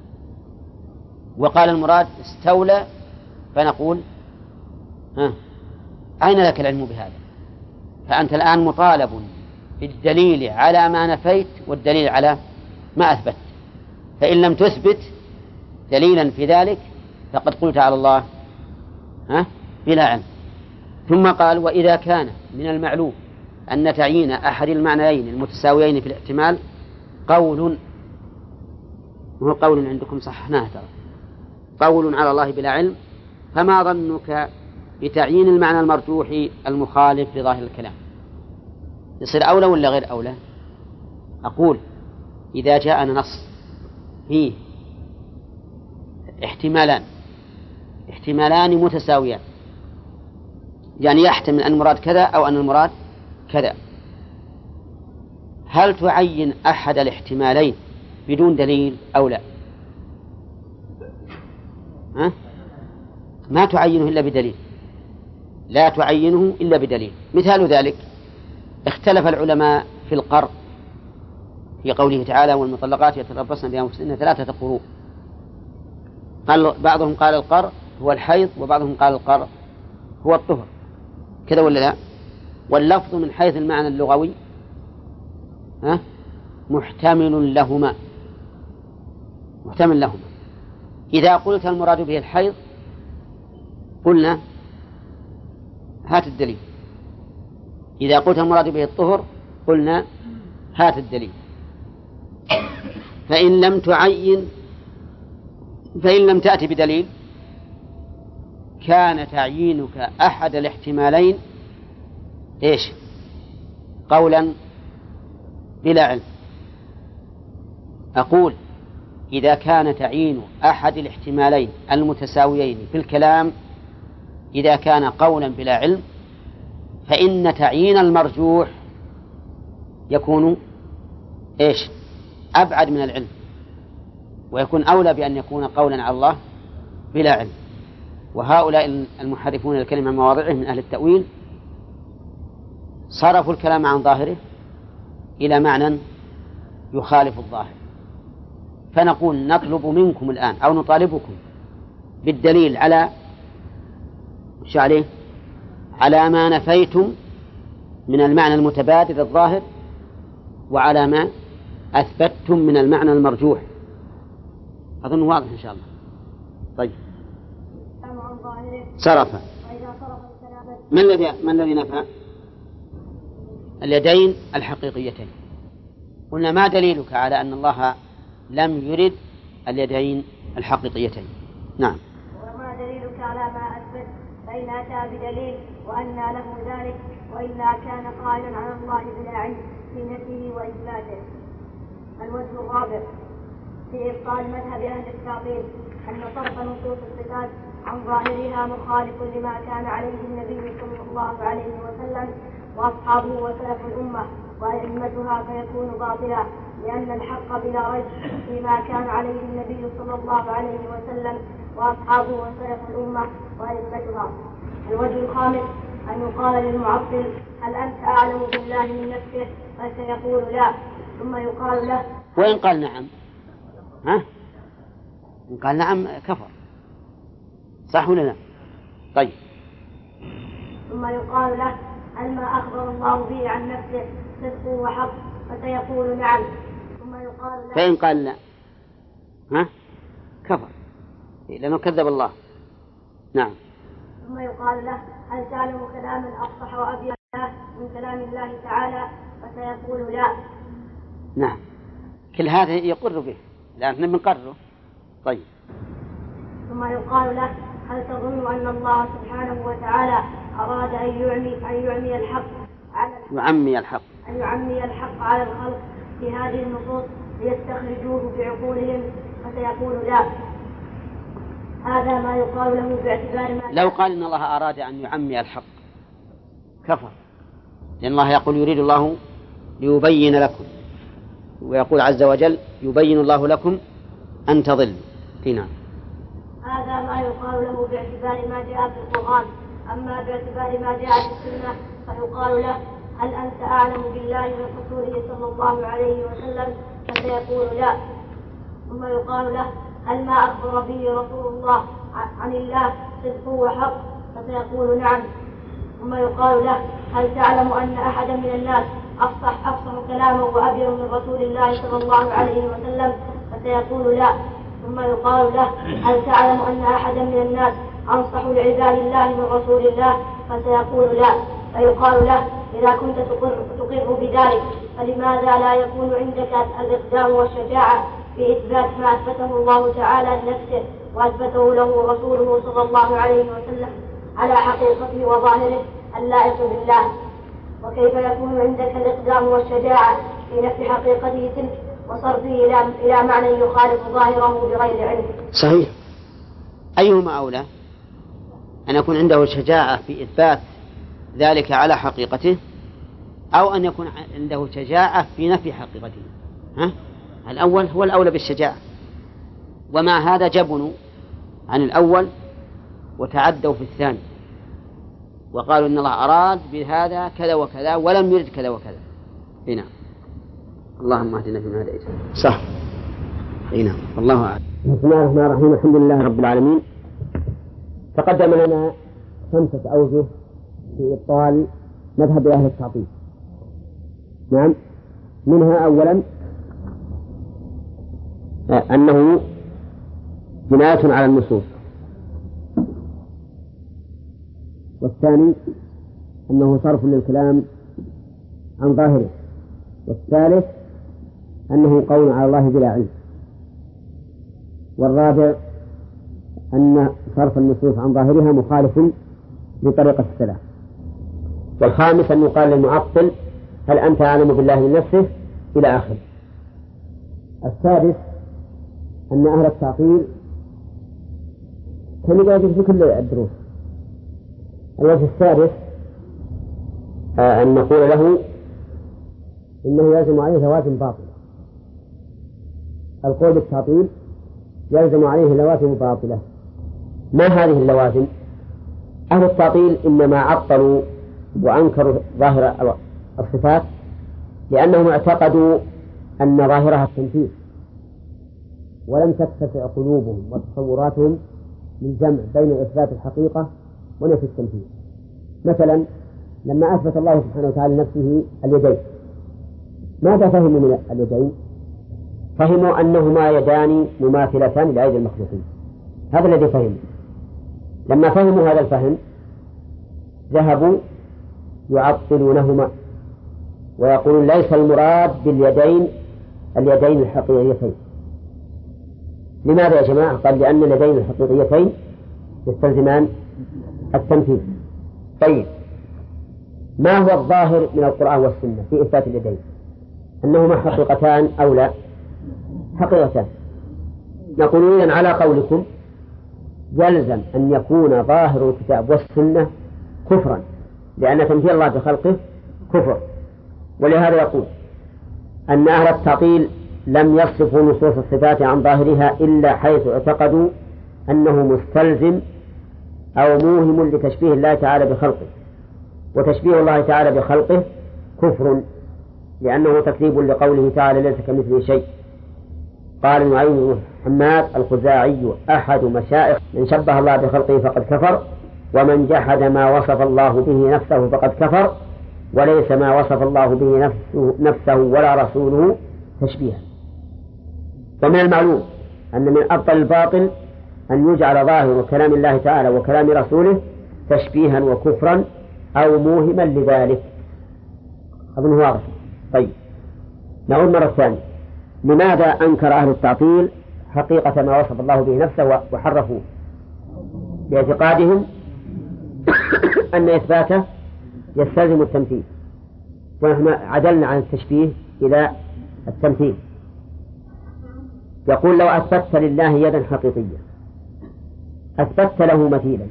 وقال المراد استولى، فنقول ها أين لك العلم بهذا؟ فأنت الآن مطالب بالدليل على ما نفيت والدليل على ما أثبت. فإن لم تثبت دليلا في ذلك فقد قلت على الله ها بلا علم. ثم قال وإذا كان من المعلوم أن تعيين أحد المعنيين المتساويين في الاحتمال قول، وهو قول عندكم صححناه ترى، قول على الله بلا علم، فما ظنك بتعيين المعنى المرجوح المخالف لظاهر الكلام؟ يصير أولى ولا غير أولى؟ أقول إذا جاءنا نص فيه احتمالان احتمالان متساويان، يعني يحتمل أن المراد كذا أو أن المراد كذا، هل تعين أحد الاحتمالين بدون دليل أو لا؟ ها؟ ما تعينه إلا بدليل، لا تعينه إلا بدليل. مثال ذلك اختلف العلماء في القرء في قوله تعالى والمطلقات يتربصن بأنفسهن ثلاثة قروء. قال بعضهم قال القرء هو الحيض، وبعضهم قال القرء هو الطهر، كذا ولا لا؟ واللفظ من حيث المعنى اللغوي ها محتمل لهما، محتمل لهما. إذا قلت المراد به الحيض قلنا هات الدليل، إذا قلت المراد به الطهر قلنا هات الدليل. فإن لم تعين فإن لم تأتي بدليل كان تعيينك أحد الاحتمالين إيش؟ قولا بلا علم. أقول إذا كان تعيين أحد الاحتمالين المتساويين في الكلام إذا كان قولا بلا علم فإن تعيين المرجوح يكون إيش؟ أبعد من العلم، ويكون أولى بأن يكون قولا على الله بلا علم. وهؤلاء المحرفون الكلمة عن مواضعه من أهل التأويل صرفوا الكلام عن ظاهره إلى معنى يخالف الظاهر. فنقول نطلب منكم الآن أو نطالبكم بالدليل على وش عليه؟ على ما نفيتم من المعنى المتبادر الظاهر، وعلى ما أثبتتم من المعنى المرجوح. أظن واضح إن شاء الله. طيب صرف من الذي من الذي نفى؟ اليدين الحقيقيتين. قلنا ما دليلك على أن الله لم يرد اليدين الحقيقيتين؟ نعم. وما دليلك على ما أثبت؟ فإن أتى بدليل وأن له ذلك وإلا كان قائلا على الله بلا علم في نفيه وإثباته. الوجه الرابع في إبطال مذهب أهل التعطيل أن صرف نصوص الصفات عن ظاهرها مخالف لما كان عليه النبي صلى الله عليه وسلم وأصحابه وسلف الأمة وأئمتها فيكون باطلا، لأن الحق بلا ريب فيما كان عليه النبي صلى الله عليه وسلم وأصحابه وسلف الأمة وأئمتها. الوجه الخامس أن يقال للمعطل هل أنت أعلم بالله من نفسه؟ فسيقول لا، ثم يقال له وإن قال نعم ها؟ إن قال نعم كفر، صح ولا لا؟ طيب. ثم يقال له هل ما أخبر الله به عن نفسه صدق وحق؟ فسيقول نعم، ثم يقال له فإن قال لا ها؟ كفر لأنه كذب الله. نعم. ثم يقال له هل تعلم كلاما أفصح وأبين من كلام الله تعالى؟ فسيقول لا. نعم، كل هذا يقر به لأن احنا بنقرره. طيب. ثم يقال له هل تظن أن الله سبحانه وتعالى أراد أن يعمي أن يعمي الحق على الحق يعمي الحق أن يعمي الحق على الخلق في هذه النصوص ليستخرجوه بعقولهم؟ فسيقول لا. هذا ما يقال له باعتبار ما لو قال إن الله أراد أن يعمي الحق كفر، لأن الله يقول يريد الله ليبين لكم، ويقول عز وجل يبين الله لكم أن تضلوا. نعم. هذا ما يقال له باعتبار ما جاء في القرآن. أما باعتبار ما جاء في السنة فيقال له هل أنت أعلم بالله ورسوله صلى الله عليه وسلم؟ فسيقول لا. ثم يقال له هل ما أخبر به رسول الله عن الله صدق وحق؟ فسيقول نعم. ثم يقال له هل تعلم أن أحدا من الناس أفصح أفصح كلاما وأبين من رسول الله صلى الله عليه وسلم؟ فسيقول لا. ثم يقال له هل تعلم أن أحدا من الناس أنصح لعباد الله من رسول الله؟ فسيقول لا. فيقال له إذا كنت تقر, تقر بذلك فلماذا لا يكون عندك الإقدام والشجاعة في إثبات ما أثبته الله تعالى لنفسه وأثبته له رسوله صلى الله عليه وسلم على حقيقته وظاهره اللائق بالله؟ وكيف يكون عندك الإقدام والشجاعة في نفي حقيقته تلك وصرفه إلى معنى يخالف ظاهره بغير علم؟ صحيح. أيهما أولى؟ أن يكون عنده شجاعة في إثبات ذلك على حقيقته أو أن يكون عنده شجاعة في نفي حقيقته؟ ها؟ الأول هو الأولى بالشجاعة، ومع هذا جبنوا عن الأول وتعدوا في الثاني وقالوا إن الله أراد بهذا كذا وكذا ولم يرد كذا وكذا. هنا اللهم اهدنا فيمن هديت. صح. هنا الله أعلم. بسم الله الرحمن الرحيم. الحمد لله رب العالمين. تقدم لنا خمسة أوجه في إبطال مذهب أهل التعطيل. نعم. منها أولا أنه جناية على النصوص، والثاني أنه صرف للكلام عن ظاهره، والثالث أنه قول على الله بلا علم، والرابع أن صرف النصوص عن ظاهرها مخالف لطريقة السلف، والخامس أن يقال للمعطل هل أنت أعلم بالله من نفسه إلى آخره. السادس أن أهل التعطيل كان يجب في كل الدروس. الوجه السادس أن نقول له إنه يلزم عليه لوازم باطلة. القول بالتعطيل يلزم عليه لوازم باطلة. ما هذه اللوازم؟ أهل التعطيل إنما عطلوا وأنكروا ظاهر الصفات لأنهم اعتقدوا أن ظاهرها التنفيذ، ولم تتسع قلوبهم وتصوراتهم للجمع بين إثبات الحقيقة ونفي التنفيذ. مثلا لما أثبت الله سبحانه وتعالى لنفسه اليدين، ماذا فهموا من اليدين؟ فهموا أنهما يدان مماثلتان لأيدي المخلوقين، هذا الذي فهموا. لما فهموا هذا الفهم ذهبوا يعطلونهما ويقولون ليس المراد باليدين اليدين الحقيقيتين. لماذا يا جماعة؟ قال لأن اليدين الحقيقيتين يستلزمان التنفيذ. طيب ما هو الظاهر من القرآن والسنة في إثبات اليدين؟ أنهما حقيقتان أو لا؟ حقيقتان. نقول إذن على قولكم يلزم أن يكون ظاهر الكتاب والسنة كفرا، لأن تنفيذ الله بخلقه كفر. ولهذا يقول أن أهل التعطيل لم يصفوا نصوص الصفات عن ظاهرها إلا حيث اعتقدوا أنه مستلزم أو موهم لتشبيه الله تعالى بخلقه، وتشبيه الله تعالى بخلقه كفر لأنه تكذيب لقوله تعالى ليس كمثله شيء. قال نعيم بن حماد الخزاعي أحد مشائخ من شبه الله بخلقه فقد كفر، ومن جحد ما وصف الله به نفسه فقد كفر، وليس ما وصف الله به نفسه, نفسه ولا رسوله تشبيها. ومن المعلوم أن من أبطل الباطل أن يجعل ظاهر كلام الله تعالى وكلام رسوله تشبيها وكفرا أو موهما لذلك. أظن واضح. طيب نعود مرة ثانية. لماذا أنكر أهل التعطيل حقيقة ما وصف الله به نفسه وحرفوه؟ باعتقادهم أن إثباته يستلزم التمثيل، ونحن عدلنا عن التشبيه إلى التمثيل. يقول لو أثبت لله يدا حقيقية أثبت له مثيلا.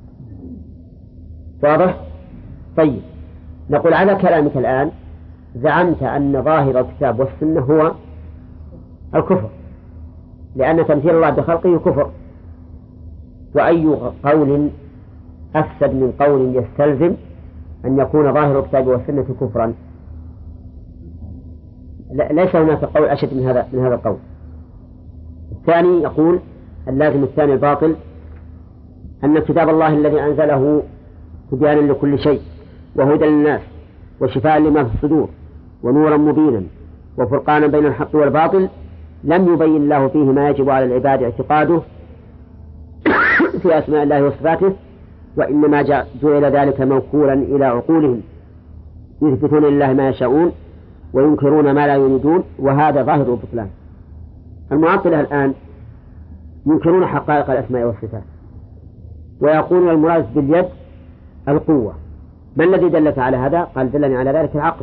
واضح؟ طيب نقول على كلامك الآن زعمت أن ظاهر الكتاب والسنة هو الكفر، لأن تمثيل الله بخلقه كفر. وأي قول أفسد من قول يستلزم أن يكون ظاهر الكتاب والسنة كفرا؟ ليس هناك قول أشد من هذا من هذا القول. الثاني يقول اللازم الثاني الباطل أن كتاب الله الذي أنزله تبيانا لكل شيء وهدى للناس وشفاء لما في الصدور ونورا مبينا وفرقانا بين الحق والباطل لم يبين الله فيه ما يجب على العباد اعتقاده في أسماء الله وصفاته، وإنما جعل ذلك موكولا إلى عقولهم يثبتون لله ما يشاءون وينكرون ما لا يريدون، وهذا ظاهر البطلان. المعطلة الآن ينكرون حقائق الأسماء والصفات ويقولون المراد باليد القوة. ما الذي دلك على هذا؟ قال دلني على ذلك العقل.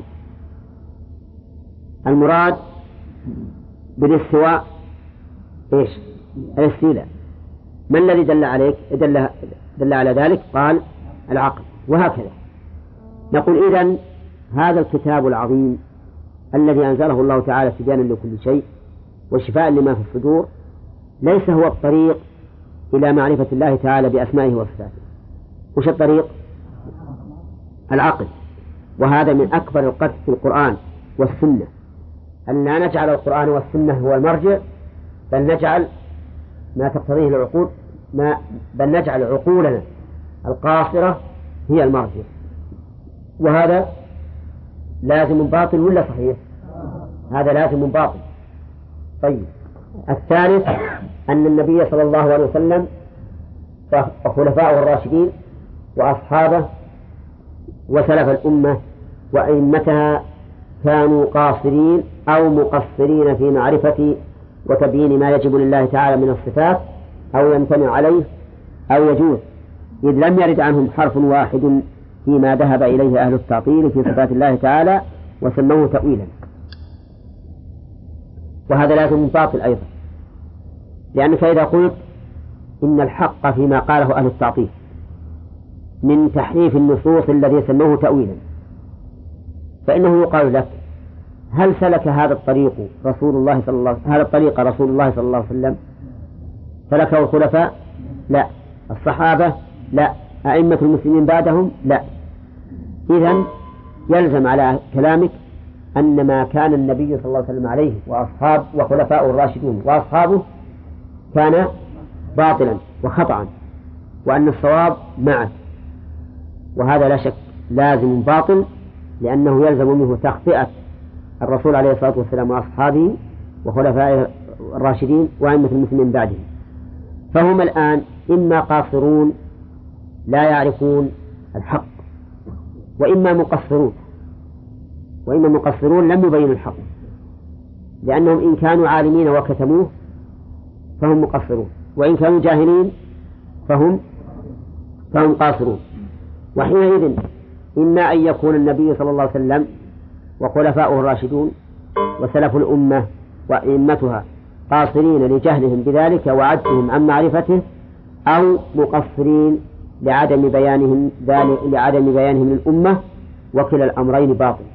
المراد بالاستواء إيش؟ الاستيلاء. ما الذي دل عليك دل, دل على ذلك؟ قال العقل. وهكذا نقول إذن هذا الكتاب العظيم الذي أنزله الله تعالى تبيانا لكل شيء وشفاء لما في الصدور ليس هو الطريق إلى معرفة الله تعالى بأسمائه وصفاته. وش الطريق؟ العقل. وهذا من أكبر القدح في القرآن والسنة، أن لا نجعل القرآن والسنة هو المرجع، بل نجعل ما تقتضيه العقول ما بل نجعل عقولنا القاصرة هي المرجع، وهذا لازم باطل ولا صحيح؟ هذا لازم باطل. طيب، الثالث أن النبي صلى الله عليه وسلم وخلفائه الراشدين وأصحابه وسلف الأمة وأئمتها كانوا قاصرين أو مقصرين في معرفة وتبيين ما يجب لله تعالى من الصفات أو يمتنع عليه أو يجوز، إذ لم يرد عنهم حرف واحد فيما ذهب إليه أهل التعطيل في صفات الله تعالى وسموه تأويلا. وهذا لازم باطل أيضا، لأنك إذا قلت إن الحق فيما قاله أهل التعطيل من تحريف النصوص الذي سموه تأويلا، فإنه يقال لك هل سلك هذا الطريق رسول الله صلى الله هذا الطريق رسول الله صلى الله عليه وسلم؟ سلكه الخلفاء؟ لا. الصحابة؟ لا. أئمة المسلمين بعدهم؟ لا. إذن يلزم على كلامك أن ما كان النبي صلى الله عليه وسلم عليه وأصحاب وخلفاء الراشدون وأصحابه كان باطلا وخطأ، وأن الصواب معه، وهذا لا شك لازم باطل، لأنه يلزم منه تخطئة الرسول عليه الصلاة والسلام وأصحابه وخلفاء الراشدين وأئمة المسلمين بعدهم. فهم الآن إما قاصرون لا يعرفون الحق، وإما مقصرون وإما مقصرون لم يبينوا الحق، لأنهم إن كانوا عالمين وكتموه فهم مقصرون، وإن كانوا جاهلين فهم فهم قاصرون. وحينئذ إما أن يكون النبي صلى الله عليه وسلم وخلفاؤه الراشدون وسلف الأمة وأئمتها قاصرين لجهلهم بذلك وعجزهم عن معرفته، أو مقصرين لعدم بيانهم ذلك لعدم بيانهم للأمة، وكلا الأمرين باطل.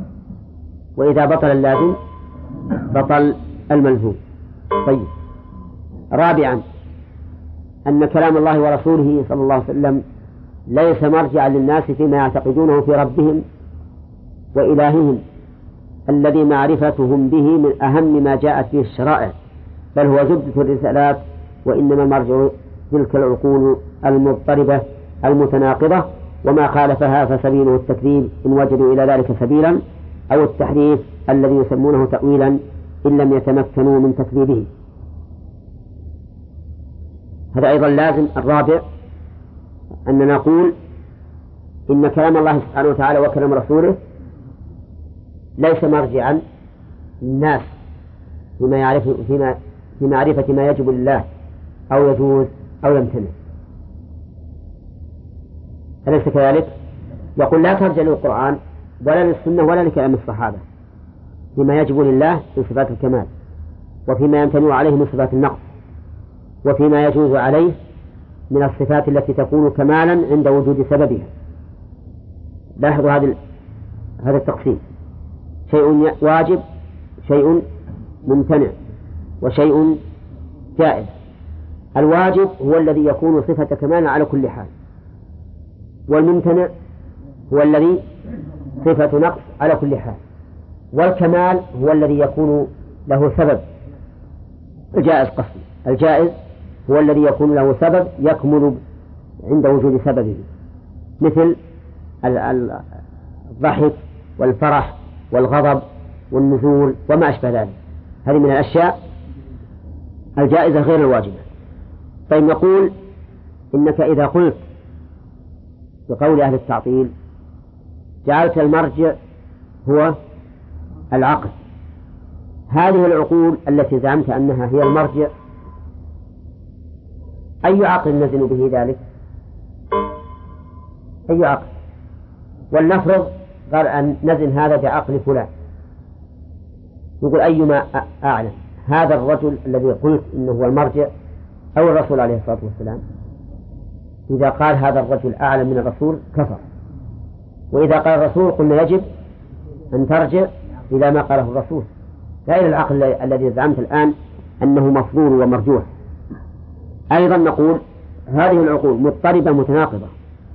وإذا بطل اللازم بطل الملزوم. طيب، رابعا أن كلام الله ورسوله صلى الله عليه وسلم ليس مرجعا للناس فيما يعتقدونه في ربهم وإلههم الذي معرفتهم به من أهم ما جاءت به الشرائع، بل هو زبدة الرسالات، وإنما مرجع تلك العقول المضطربة المتناقضة، وما خالفها فسبيله التكذيب إن وجدوا إلى ذلك سبيلا، أو التحريف الذي يسمونه تأويلا إن لم يتمكنوا من تكذيبه. هذا أيضا لازم. الرابع أن نقول إن كلام الله سبحانه وتعالى وكلام رسوله ليس مرجعا للناس فيما يعرف فيما في معرفة ما يجب لله أو يجوز أو يمتنع. أليس كذلك؟ يقول لا ترجع للقرآن ولا للسنة ولا لكلام الصحابة فيما يجب لله من صفات الكمال، وفيما يمتنع عليه من صفات النقص، وفيما يجوز عليه من الصفات التي تكون كمالا عند وجود سببها. لاحظوا هذا هذا التقسيم: شيء واجب، شيء ممتنع، وشيء جائز. الواجب هو الذي يكون صفة كمال على كل حال، والممتنع هو الذي صفة نقص على كل حال، والكمال هو الذي يكون له سبب. الجائز قصدي الجائز هو الذي يكون له سبب يكمل عند وجود سببه، مثل الضحك والفرح والغضب والنزول وما أشبه ذلك، هذه من الأشياء الجائزة غير الواجبة. طيب نقول إنك إذا قلت بقول أهل التعطيل جعلت المرجع هو العقل، هذه العقول التي زعمت أنها هي المرجع أي عقل نزن به ذلك؟ أي عقل؟ ولنفرض قال أن نزن هذا بعقل فلان، نقول أيما أعلم، هذا الرجل الذي قلت إنه هو المرجع أو الرسول عليه الصلاة والسلام؟ إذا قال هذا الرجل أعلم من الرسول كفر، وإذا قال الرسول قلنا يجب أن ترجع إلى ما قاله الرسول لا إلى العقل الذي زعمت الآن أنه مفضول ومرجوح. أيضا نقول هذه العقول مضطربة متناقضة،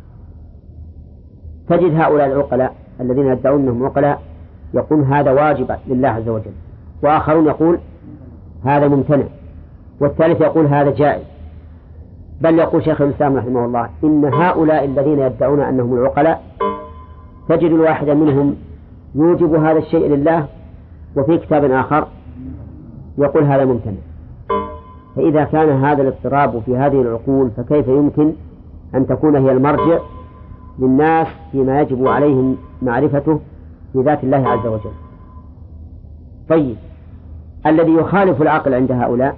تجد هؤلاء العقلاء الذين يدعون أنهم عقلاء يقول هذا واجب لله عز وجل، وآخرون يقول هذا ممتنع، والثالث يقول هذا جائز. بل يقول شيخ الإسلام رحمه الله إن هؤلاء الذين يدعون أنهم العقلاء تجد الواحد منهم يوجب هذا الشيء لله، وفي كتاب آخر يقول هذا ممتنع. فإذا كان هذا الاضطراب في هذه العقول فكيف يمكن أن تكون هي المرجع للناس فيما يجب عليهم معرفته في ذات الله عز وجل؟ طيب الذي يخالف العقل عند هؤلاء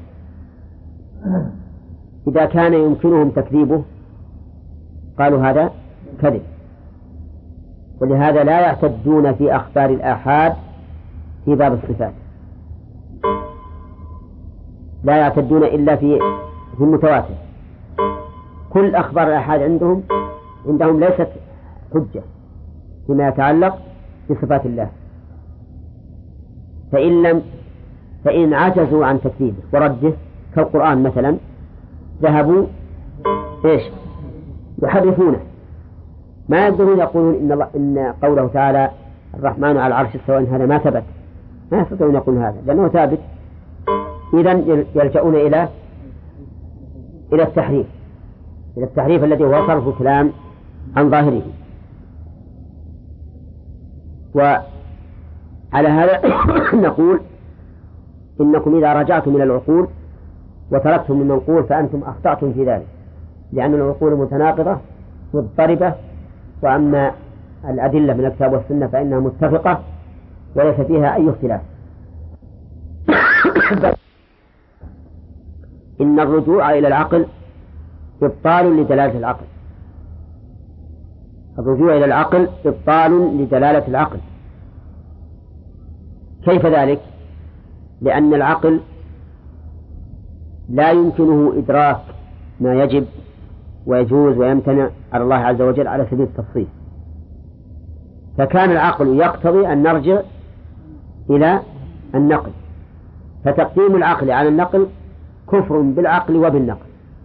إذا كان يمكنهم تكذيبه قالوا هذا كذب، ولهذا لا يعتدون في أخبار الآحاد في باب الصفات، لا يعتدون إلا في في المتواتر. كل أخبار الآحاد عندهم عندهم ليست حجة فيما يتعلق بصفات الله، فإن لم فإن عجزوا عن تكذيبه ورده كالقرآن مثلا ذهبوا إيش يحرفونه، ما يقدرون يقولون إن, الله إن قوله تعالى الرحمن على العرش استوى هذا ما ثبت، ما يستطيعون يقول هذا لأنه ثابت. إذن يلجؤون إلى إلى التحريف إلى التحريف الذي هو صرف الكلام عن ظاهره. وعلى هذا نقول إنكم إذا رجعتم إلى العقول وتركتم المنقول فأنتم أخطأتم في ذلك، لأن العقول متناقضة مضطربة، وأما الأدلة من الكتاب والسنة فإنها متفقة وليس فيها أي اختلاف. إن الرجوع إلى العقل إبطال لدلالة العقل، الرجوع إلى العقل إبطال لدلالة العقل. كيف ذلك؟ لأن العقل لا يمكنه إدراك ما يجب ويجوز ويمتنع على الله عز وجل على سبيل التفصيل، فكان العقل يقتضي أن نرجع إلى النقل، فتقديم العقل على النقل كفر بالعقل وبالنقل.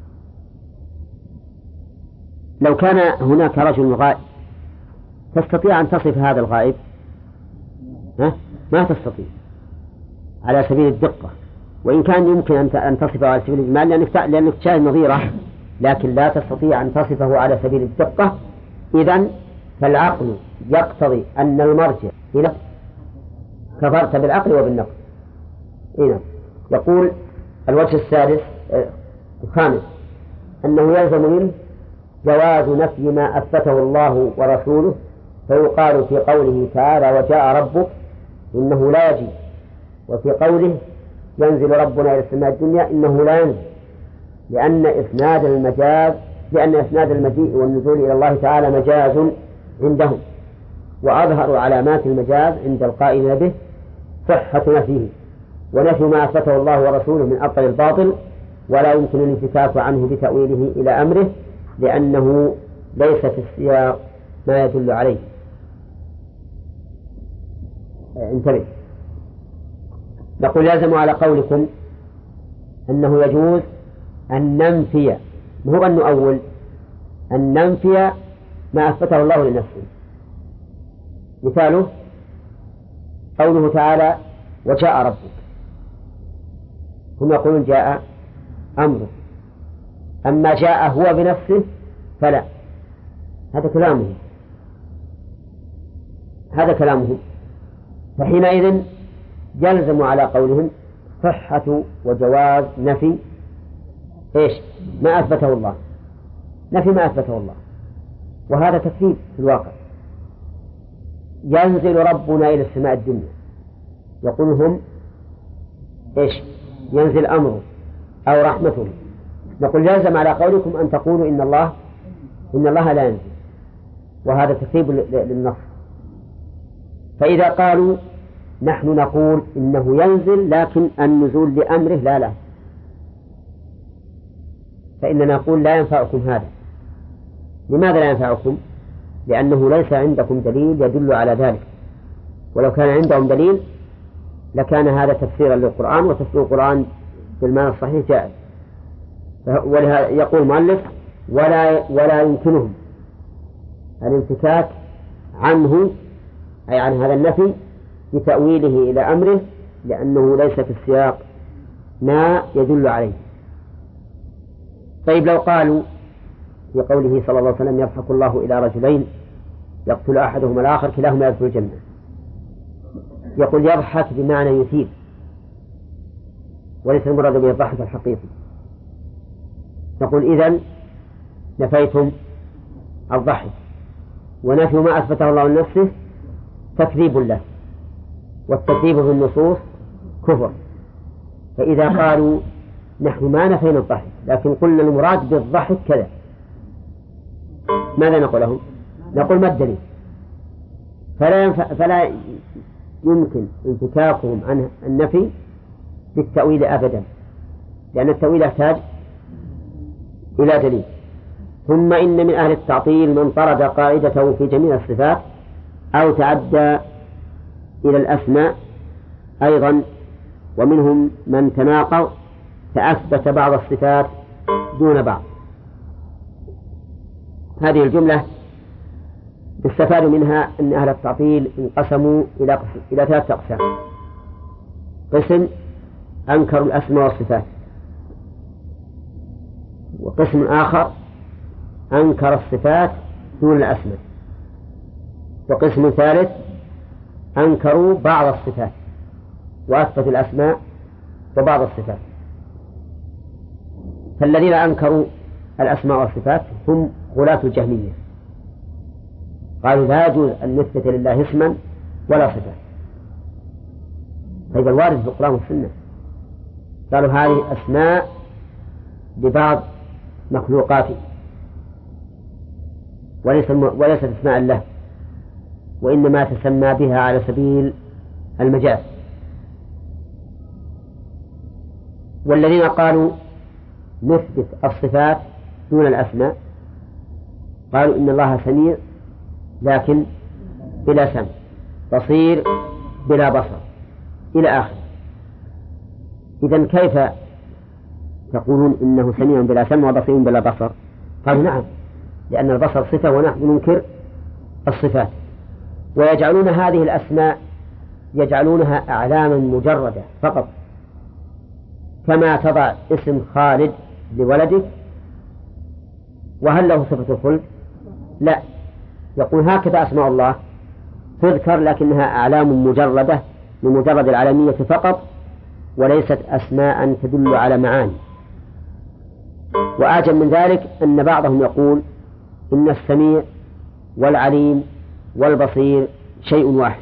لو كان هناك رجل غائب تستطيع أن تصف هذا الغائب؟ ها؟ ما تستطيع على سبيل الدقة، وإن كان يمكن أن تصفه على سبيل الإجمال لأنك لأنك تشاهد نظيرة، لكن لا تستطيع أن تصفه على سبيل الدقة. إذن فالعقل يقتضي أن المرجع هنا كفرت بالعقل وبالنقل. هنا يقول الوجه السادس الخامس أنه يلزم منه جواز نفي ما أثبته الله ورسوله، فيقال في قوله تعالى وجاء ربك إنه لا يجي، وفي قوله ينزل ربنا إلى السماء الدنيا إنه لا ينزل، لأن إسناد المجاز لأن إسناد المجيء والنزول إلى الله تعالى مجاز عندهم، وأظهر علامات المجاز عند القائل به صحة نفيه، ونفي ما أثبته الله ورسوله من أبطل الباطل، ولا يمكن الانفكاك عنه بتأويله إلى أمره، لأنه ليس في السياق ما يدل عليه. انتبه، نقول لازم على قولكم أنه يجوز أن ننفي، ما هو أن نؤول، أن ننفي ما أثبته الله لنفسه. مثاله قوله تعالى وجاء ربك، هم يقولون جاء أمره، أما جاء هو بنفسه فلا، هذا كلامه هذا كلامه فحينئذ يلزم على قولهم صحة وجواز نفي إيش ما أثبته الله، نفي ما أثبته الله، وهذا تكذيب في الواقع. ينزل ربنا إلى السماء الدنيا، يقول هم إيش ينزل أمره أو رحمته، نقول يلزم على قولكم أن تقولوا إن الله إن الله لا ينزل، وهذا تكذيب للنص. فإذا قالوا نحن نقول إنه ينزل لكن النزول لأمره لا لا، فإننا نقول لا ينفعكم هذا. لماذا لا ينفعكم؟ لأنه ليس عندكم دليل يدل على ذلك، ولو كان عندهم دليل لكان هذا تفسيرا للقرآن، وتفسير القرآن بالمعنى الصحيح جائز. ولهذا يقول المؤلف ولا ولا يمكنهم الانفكاك عنه أي عن هذا النفي بتأويله إلى أمره، لأنه ليس في السياق ما يدل عليه. طيب لو قالوا في قوله صلى الله عليه وسلم يضحك الله إلى رجلين يقتل أحدهما الآخر كلاهما يدخل الجنة، يقول يضحك بمعنى يثيب، وليس المراد به الضحك الحقيقي. نقول إذن نفيتم الضحك، ونفي ما أثبته الله لنفسه تكذيب له، والتكذيب في النصوص كفر. فإذا قالوا نحن ما نفينا الضحك لكن قلنا المراد بالضحك كذا، ماذا نقول لهم؟ نقول ما الدليل؟ فلا, ينفع فلا يمكن انفكاكهم عن النفي بالتأويل أبدا، لأن التأويل يحتاج إلى دليل. ثم إن من أهل التعطيل من طرد قاعدته في جميع الصفات أو تعدى إلى الأسماء أيضا، ومنهم من تناقض فأثبت بعض الصفات دون بعض. هذه الجملة يستفاد منها أن أهل التعطيل انقسموا إلى إلى ثلاثة أقسام: قسم أنكروا الأسماء والصفات، وقسم آخر أنكر الصفات دون الأسماء، وقسم ثالث أنكروا بعض الصفات وأثبتوا الأسماء وبعض الصفات. فالذين أنكروا الأسماء والصفات هم غلاة الجهمية، قالوا لا يجوز أن نثبت لله اسما ولا صفات. هذا الوارد في القرآن والسنة، قالوا هذه أسماء لبعض مخلوقاته وليس وليست اسماء الله، وإنما تسمى بها على سبيل المجاز. والذين قالوا نثبت الصفات دون الأسماء قالوا إن الله سميع لكن بلا سمع، بصير بلا بصر، إلى آخر. إذن كيف تقولون إنه سميع بلا سمع وبصير بلا بصر؟ قالوا نعم، لأن البصر صفة ونحن ننكر الصفات. ويجعلون هذه الأسماء يجعلونها أعلاما مجردة فقط، كما تضع اسم خالد لولدك وهل له صفة الخلد؟ لا، يقول هكذا أسماء الله تذكر لكنها أعلام مجردة لمجرد العالمية فقط، وليست أسماء تدل على معاني. وأعجب من ذلك أن بعضهم يقول إن السميع والعليم والبصير شيء واحد،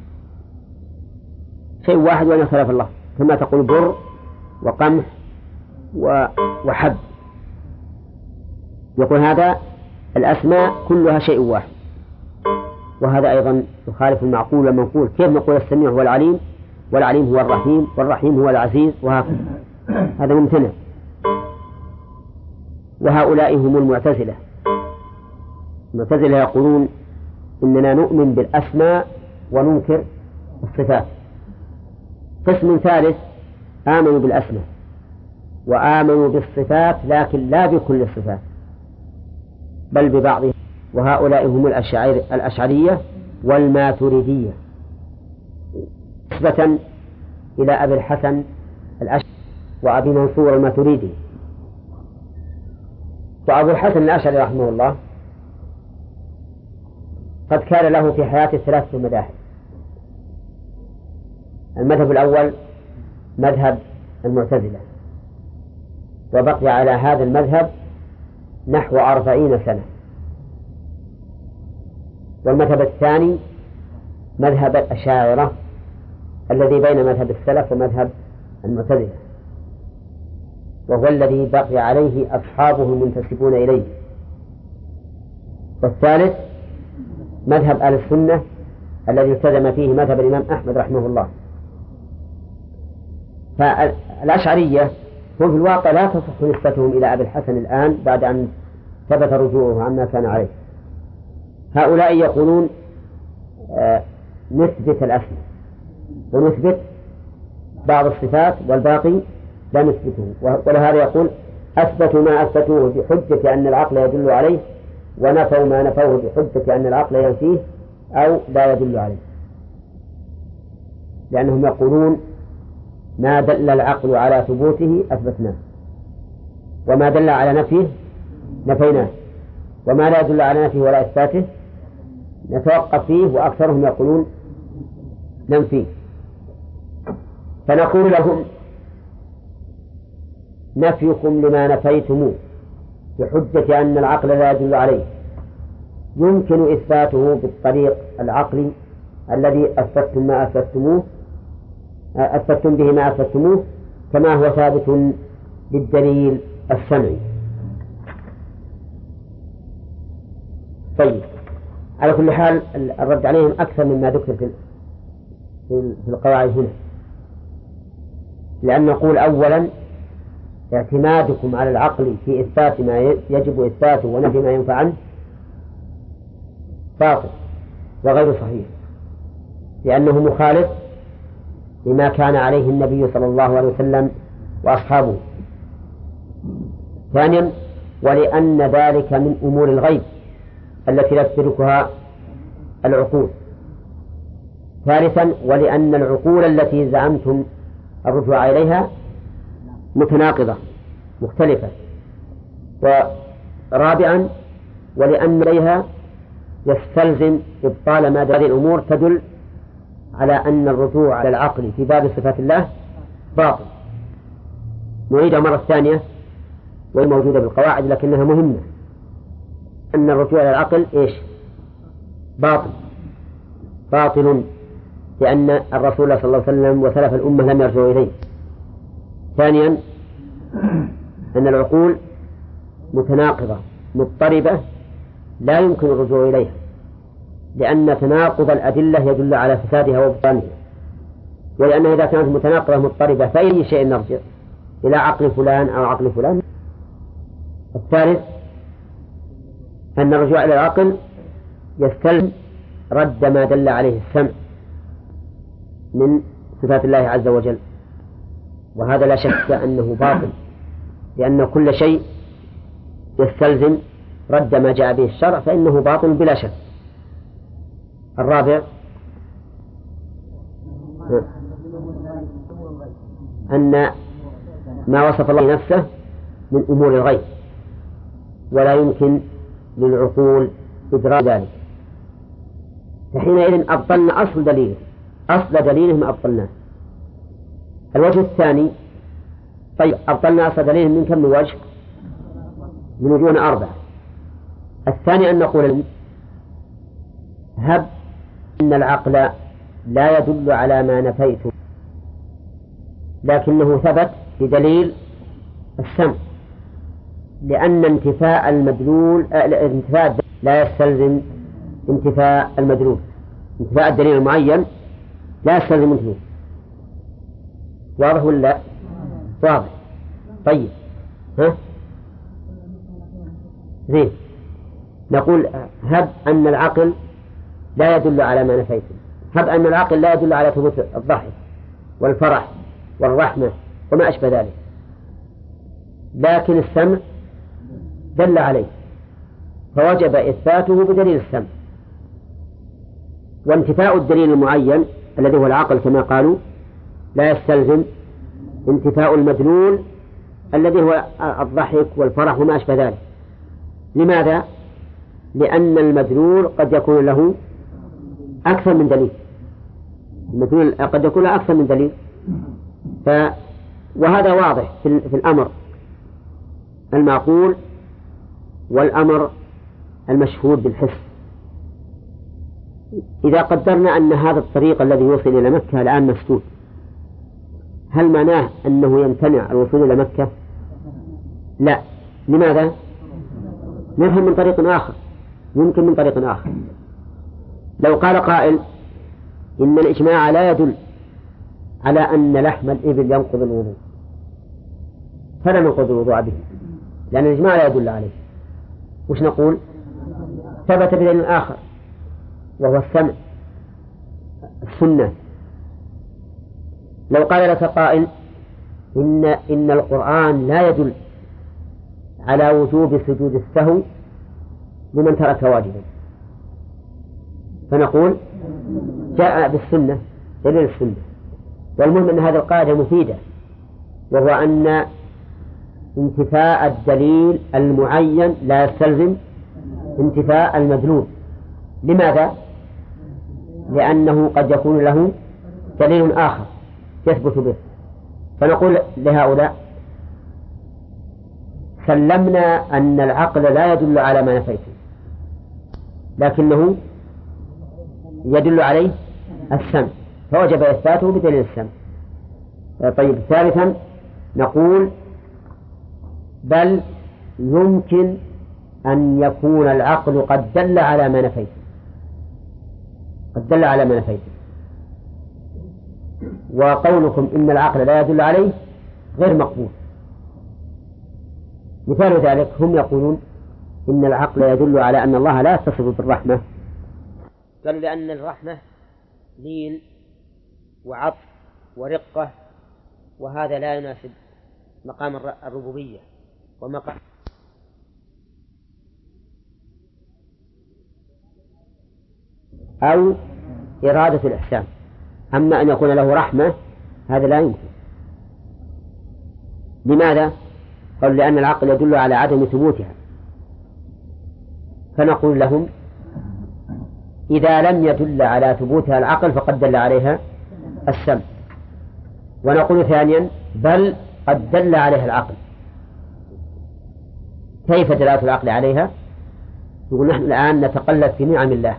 شيء واحد وأن خلاف الله، كما تقول بر وقمح وحب. يقول هذا الأسماء كلها شيء واحد، وهذا أيضا يخالف المعقول والمنقول. كيف نقول السميع هو العليم والعليم هو الرحيم والرحيم هو العزيز وهكذا؟ هذا ممتنع. وهؤلاء هم المعتزلة. المعتزلة يقولون إننا نؤمن بالأسماء وننكر الصفات. قسم ثالث آمنوا بالأسماء وآمنوا بالصفات لكن لا بكل الصفات بل ببعضها، وهؤلاء هم الأشعرية والماتريدية، نسبة إلى أبي الحسن الأشعري وأبي منصور الماتريدي. وأبو الحسن الأشعري رحمه الله قد كان له في حياته ثلاثة مذاهب: المذهب الأول مذهب المعتزلة، وبقي على هذا المذهب نحو أربعين سنة. والمذهب الثاني مذهب الأشاعرة الذي بين مذهب السلف ومذهب المعتزلة، وهو الذي بقي عليه أصحابه المنتسبون إليه. والثالث مذهب أهل السنة الذي التزم فيه مذهب الإمام أحمد رحمه الله. فالأشعرية هم في الواقع لا تصح نسبتهم إلى أبي الحسن الآن بعد أن ثبت رجوعه عما كان عليه. هؤلاء يقولون آه نثبت الأسماء ونثبت بعض الصفات والباقي لا نثبته، ولهذا يقول أثبتوا ما أثبتوه بحجة أن العقل يدل عليه، ونفوا ما نفوه بحجة أن العقل ينفيه أو لا يدل عليه، لأنهم يقولون ما دل العقل على ثبوته أثبتناه، وما دل على نفيه نفيناه، وما لا يدل على نفيه ولا إثباته نتوقف فيه، وأكثرهم يقولون ننفيه. فنقول لهم نفيكم لما نفيتموه بحجة أن العقل لا يدل عليه يمكن إثباته بالطريق العقلي الذي أثبتم ما أثبتموه أثبتم به ما أثبتموه كما هو ثابت بالدليل السمعي. طيب، على كل حال الرد عليهم أكثر مما ذكر في في القواعد هنا، لأن نقول أولا اعتمادكم على العقل في إثبات ما يجب إثباته ونفي ما ينفع عنه باطل وغير صحيح، لأنه مخالف لما كان عليه النبي صلى الله عليه وسلم وأصحابه. ثانيا، ولأن ذلك من أمور الغيب التي لا تدركها العقول. ثالثا، ولأن العقول التي زعمتم الرجوع إليها متناقضة مختلفة. ورابعا، ولأن إليها يستلزم إبطال ما هذه الأمور تدل على أن الرجوع على العقل في باب صفات الله باطل. نعيدها مرة ثانية وهي موجودة بالقواعد لكنها مهمة، أن الرجوع على العقل إيش؟ باطل باطل لأن الرسول صلى الله عليه وسلم وسلف الأمة لم يرجعوا إليه. ثانيا، أن العقول متناقضة مضطربة لا يمكن الرجوع إليها، لأن تناقض الأدلة يدل على فسادها وبطلانها، ولأنها إذا كانت متناقضة مضطربة فأي شيء نرجع إلى عقل فلان أو عقل فلان. الثالث، أن الرجوع إلى العقل يستلزم رد ما دل عليه السمع من صفات الله عز وجل، وهذا لا شك أنه باطل، لأن كل شيء يستلزم رد ما جاء به الشرع فإنه باطل بلا شك. الرابع، أن ما وصف الله نفسه من أمور الغيب ولا يمكن للعقول إدراك ذلك، فحينئذ أبطلنا أصل دليله أصل دليلهم أبطلناه. الوجه الثاني، طيب أبطلنا أصل دليلهم من كم وجه؟ من وجوه أربعة. الثاني أن نقول هب أن العقل لا يدل على ما نفيته لكنه ثبت بدليل السمع، لأن انتفاء المدلول انتفاء لا يستلزم انتفاء المدلول، انتفاء الدليل المعين لا يستلزم انتفاء. واضح ولا واضح؟ طيب، ها زين. نقول هب أن العقل لا يدل على ما نفيته، هب أن العقل لا يدل على ثبوت الضحك والفرح والرحمة وما أشبه ذلك، لكن السمع دل عليه فوجب إثباته بدليل السمع. وانتفاء الدليل المعين الذي هو العقل كما قالوا لا يستلزم انتفاء المدلول الذي هو الضحك والفرح وما أشبه ذلك. لماذا؟ لأن المدلول قد يكون له أكثر من دليل، المدلول قد يكون أكثر من دليل. ف وهذا واضح في, في الأمر المعقول والأمر المشهود بالحس. إذا قدرنا أن هذا الطريق الذي يوصل إلى مكة الآن مسدود، هل معناه أنه يمتنع الوصول إلى مكة؟ لا. لماذا؟ نفهم من طريق آخر، يمكن من طريق آخر. لو قال قائل إن الإجماع لا يدل على أن لحم الإبل ينقض الوضوء، فلا ننقض الوضوء به، لأن الإجماع لا يدل عليه. وش نقول؟ ثبت بدليل آخر وهو السمع، السنة. لو قال لك قائل إن إن القرآن لا يدل على وجوب سجود السهو لمن ترك واجبا، فنقول جاء بالسنة، دليل السنة. والمهم أن هذه القاعدة مفيدة، وهو أن انتفاء الدليل المعين لا يستلزم انتفاء المدلول. لماذا؟ لأنه قد يكون له دليل آخر يثبت به. فنقول لهؤلاء سلمنا أن العقل لا يدل على ما نفيته، لكنه يدل عليه السمع، فوجب إثباته بدليل السمع. طيب، ثالثا نقول بل يمكن أن يكون العقل قد دل على ما نفيته، قد دل على ما نفيته، وقولكم إن العقل لا يدل عليه غير مقبول. مثال ذلك هم يقولون إن العقل يدل على أن الله لا يتصف بالرحمة، قالوا لأن الرحمة لين وعطف ورقة، وهذا لا يناسب مقام الربوبية ومقام أو إرادة الإحسان. أما أن يكون له رحمة هذا لا يمكن. لماذا؟ قالوا لأن العقل يدل على عدم ثبوتها. فنقول لهم إذا لم يدل على ثبوتها العقل فقد دل عليها السمع. ونقول ثانيا بل قد دل عليها العقل. كيف دلالة العقل عليها؟ يقول نحن الآن نتقلب في نعم الله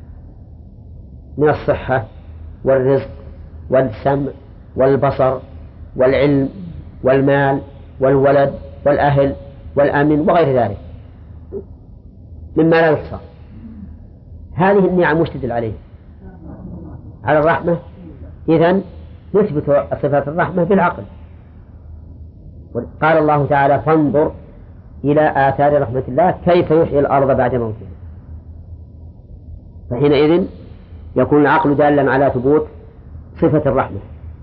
من الصحة والرزق والسمع والبصر والعلم والمال والولد والأهل والأمن وغير ذلك مما لا يحصى. هذه النعم وش تدل عليه؟ على الرحمة. إذن نثبت صفات الرحمة بالعقل. قال الله تعالى فانظر إلى آثار رحمة الله كيف يحيي الأرض بعد موتها. فحينئذ يكون العقل دالا على ثبوت صفة الرحمة.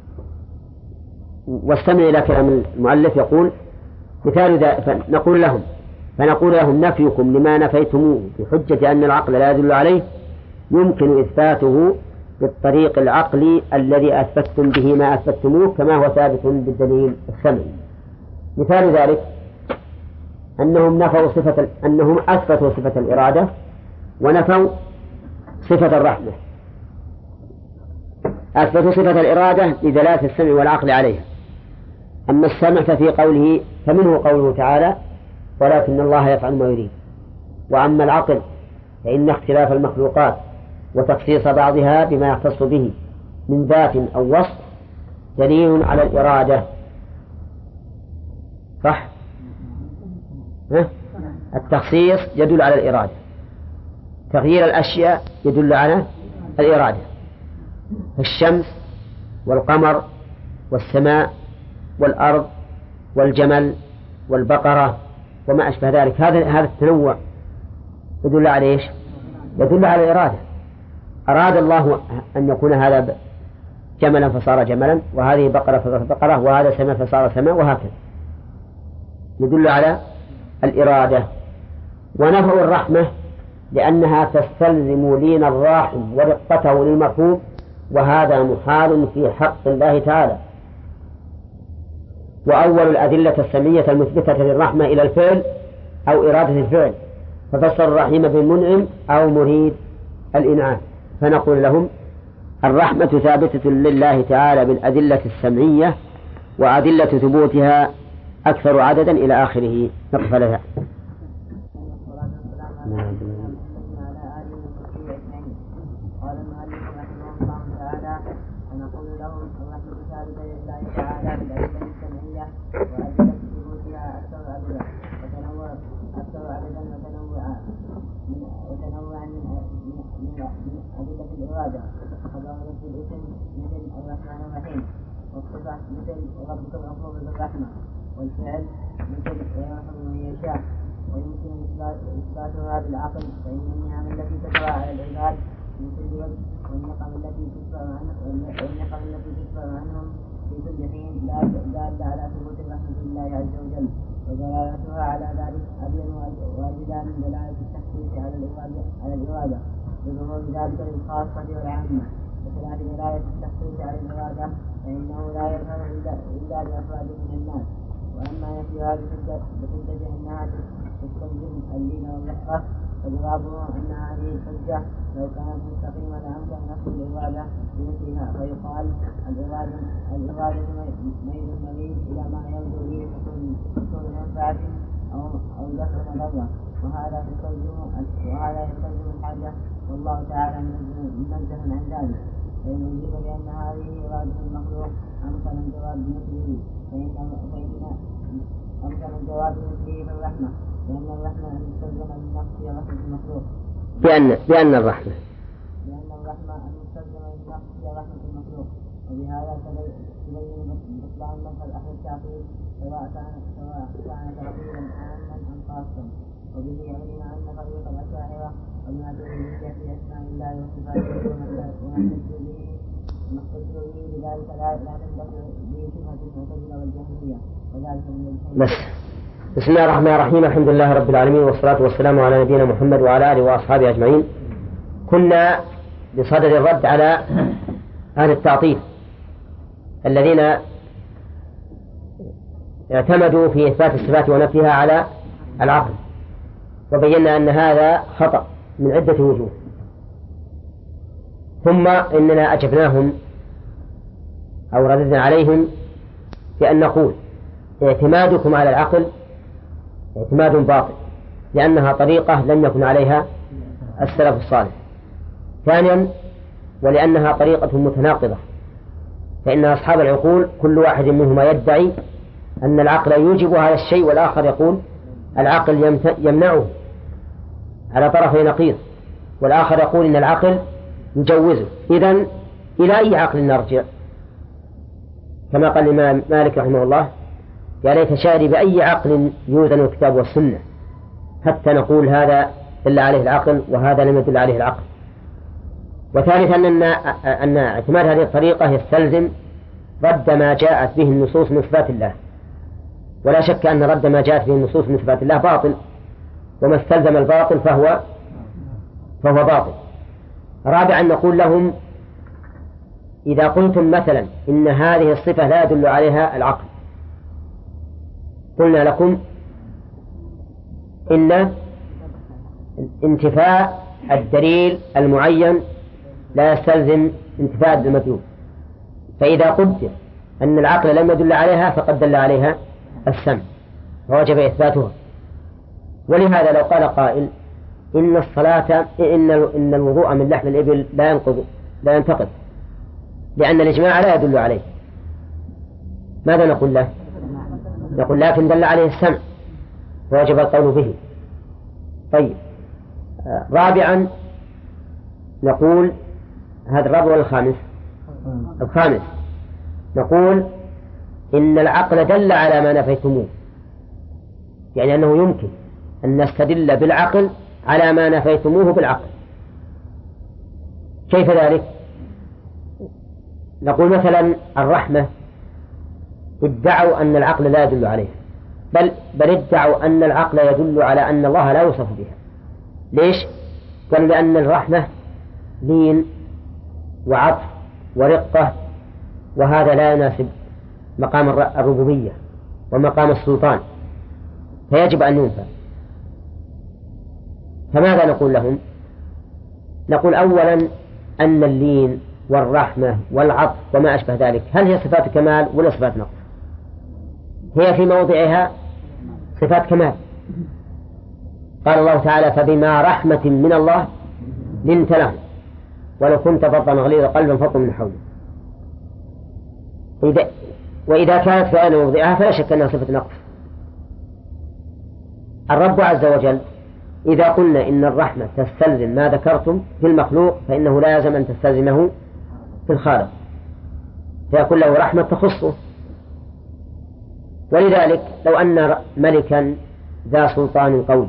واستمع إلى كلام المؤلف يقول مثال ذلك نقول لهم فنقول لهم نفيكم لما نفيتموه بحجة أن العقل لا يدل عليه يمكن إثباته بالطريق العقلي الذي أثبتتم به ما أثبتموه كما هو ثابت بالدليل السمعي. مثال ذلك أنهم نفوا صفة أنهم أثبتوا صفة الإرادة ونفوا صفة الرحمة. أثبتوا صفة الإرادة لدلالة السمع والعقل عليها. أما السمع ففي قوله فمنه قوله تعالى ولكن الله يفعل ما يريد. وأما العقل فإن اختلاف المخلوقات وتخصيص بعضها بما يختص به من ذات أو وصف دليل على الإرادة. صح؟ ها؟ التخصيص يدل على الإرادة، تغيير الأشياء يدل على الإرادة. الشمس والقمر والسماء والأرض والجمل والبقرة وما أشبه ذلك، هذا هذا التنوع يدل على إيش؟ يدل على الإرادة. أراد الله أن يكون هذا جملا فصار جملا، وهذه بقرة فصار بقرة، وهذا سماء فصار سماء، وهكذا يدل على الإرادة. ونفع الرحمة لأنها تستلزم لين الراحم ورقته للمرحوم، وهذا محال في حق الله تعالى. وأول الأدلة السمية المثبتة للرحمة إلى الفعل أو إرادة الفعل، ففسر الرحيم بالمنعم أو مريد الإنعام. فنقول لهم الرحمة ثابتة لله تعالى بالأدلة السمعية، وأدلة ثبوتها أكثر عددا إلى آخره. نقف لها. قال المؤلف رحمه الله تعالى: ونقول لهم الرحمة ثابتة لله تعالى بالأدلة السمعية وأدلة ثبوتها أكثر عددا وتنوع أكثر عددا وتنوعا وتنوعا من أدلة الإرادة، فضرب في الاسم مثل الرحمن الرحيم، والصفة مثل ربك الغفور ذو الرحمة، والفعل مثل يرحم من يشاء. ويمكن إثباتها بالعقل، فإن النعم التي تطرأ على العباد من كل وجه والنقم التي تدفع عنهم والنقم التي تدفع عنهم في كل حين لا دالة على ثبوت الرحمة لله عز وجل، ودلالتها على ذلك أبين واجدا من دلالة التخصيص على الإرادة على الإرادة بظهور ذلك للخاصة والعامة، بخلاف دلالة التخصيص على الإرادة فإنه لا يظهر إلا لأفراد من الناس. وأما نفيها بحجة أنها تستلزم اللين والرفقة، فجوابه أن هذه الحجة لو كانت مستقيمة لأمكن نفس الإرادة بمثلها، فيقال الإرادة الإرادة ميل المريض إلى ما يرجو به حصول منفعة أو أو دفع مضرة، وهذا يستلزم وهذا يستلزم الحاجة، والله تعالى منزه عن ذلك. فإن أجيب بأن هذه إرادة المخلوق أمكن الجواب بمثله، فإن فإن أمكن الجواب بمثله في الرحمة، لأن الرحمة أن تستلزم النفس هي رحمة المخلوق. بأن بأن الرحمة لأن الرحمة أن تستلزم النفس هي رحمة المخلوق، وبهذا تبين بطلان مذهب أهل التعطيل سواء كان سواء كان تعطيلا عاما أم خاصا. وبه علم أن طريق الأشاعرة والماتريدية في أسماء الله وصفاته ونحتج به نحتج به بذلك لا تنتفع به شبهة المعتزلة والجهمية، وذلك من بس. بسم الله الرحمن الرحيم. الحمد لله رب العالمين، والصلاة والسلام على نبينا محمد وعلى آله وأصحابه أجمعين. كنا بصدد الرد على أهل التعطيل الذين اعتمدوا في إثبات الصفات ونفيها على العقل، وبينا أن هذا خطأ من عدة وجوه. ثم إننا أجبناهم أو رددنا عليهم بأن نقول اعتمادكم على العقل اعتماد باطل، لأنها طريقة لم يكن عليها السلف الصالح. ثانيا، ولأنها طريقة متناقضة، فإن أصحاب العقول كل واحد منهما يدعي أن العقل يوجب هذا الشيء، والآخر يقول العقل يمنعه، على طرفي نقيض، والآخر يقول إن العقل يجوزه. إذن إلى أي عقل نرجع؟ كما قال الإمام مالك رحمه الله: يا ليت شعري بأي عقل يوزن الكتاب والسنة حتى نقول هذا دل عليه العقل وهذا لم يدل عليه العقل. وثالثا أن أن اعتماد هذه الطريقة يستلزم رد ما جاءت به النصوص من صفات الله، ولا شك أن رد ما جاءت به النصوص من صفات الله باطل، وما استلزم الباطل فهو فهو باطل. رابعا، نقول لهم: إذا قلتم مثلا إن هذه الصفة لا يدل عليها العقل، قلنا لكم إن انتفاء الدليل المعين لا يستلزم انتفاء المدلول، فإذا قلت أن العقل لم يدل عليها فقد دل عليها السمع، فوجب إثباتها. ولهذا لو قال قائل إن الصلاة إن إن الوضوء من لحم الإبل لا ينقض لا ينتقض لأن الإجماع لا يدل عليه، ماذا نقول له؟ نقول لكن دل عليه السمع فوجب القول به. طيب، رابعا نقول هذا الرابع والخامس الخامس نقول إن العقل دل على ما نفيتموه، يعني أنه يمكن أن نستدل بالعقل على ما نفيتموه بالعقل. كيف ذلك؟ نقول مثلا الرحمة ادعوا أن العقل لا يدل عليها، بل بل ادعوا أن العقل يدل على أن الله لا يوصف بها. ليش؟ قالوا لأن الرحمة لين وعطف ورقة، وهذا لا يناسب مقام الربوبية ومقام السلطان، فيجب أن ينفى. فماذا نقول لهم؟ نقول أولا أن اللين والرحمة والعطف وما أشبه ذلك، هل هي صفات كمال ولا صفات نقص؟ هي في موضعها صفات كمال. قال الله تعالى فبما رحمة من الله لنت لهم ولو كنت فظا غليظ القلب انفضوا من حولك. إذا وإذا كانت في غير موضعها فلا شك أنها صفة نقص. الرب عز وجل إذا قلنا إن الرحمة تستلزم ما ذكرتم في المخلوق فإنه لا يلزم أن تستلزمه في الخالق، فيكون له رحمة تخصه. ولذلك لو أن ملكا ذا سلطان قوي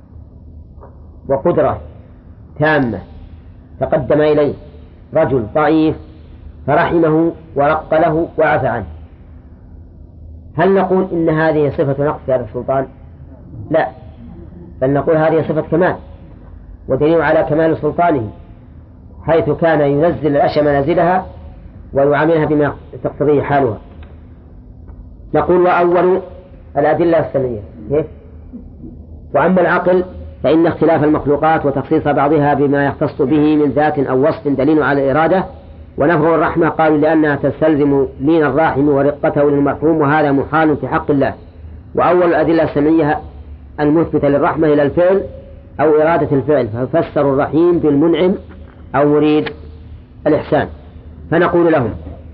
وقدرة تامة تقدم إليه رجل ضعيف فرحمه ورق له وعفى عنه، هل نقول إن هذه صفة نقص في هذا السلطان؟ لا، بل نقول هذه صفة كمال، ودليل على كمال سلطانه حيث كان ينزل الأشياء منازلها ويعاملها بما تقتضيه حالها. نقول وأول الأدلة السمعية. وأما العقل فإن اختلاف المخلوقات وتخصيص بعضها بما يختص به من ذات أو وصف دليل على الإرادة. ونفع الرحمة قالوا لأنها تستلزم لين الراحم ورقته للمرحوم، وهذا محال في حق الله. وأول الأدلة السمعية المثبتة للرحمة إلى الفعل أو إرادة الفعل، ففسروا الرحيم بالمنعم أو مريد الإحسان. فنقول لهم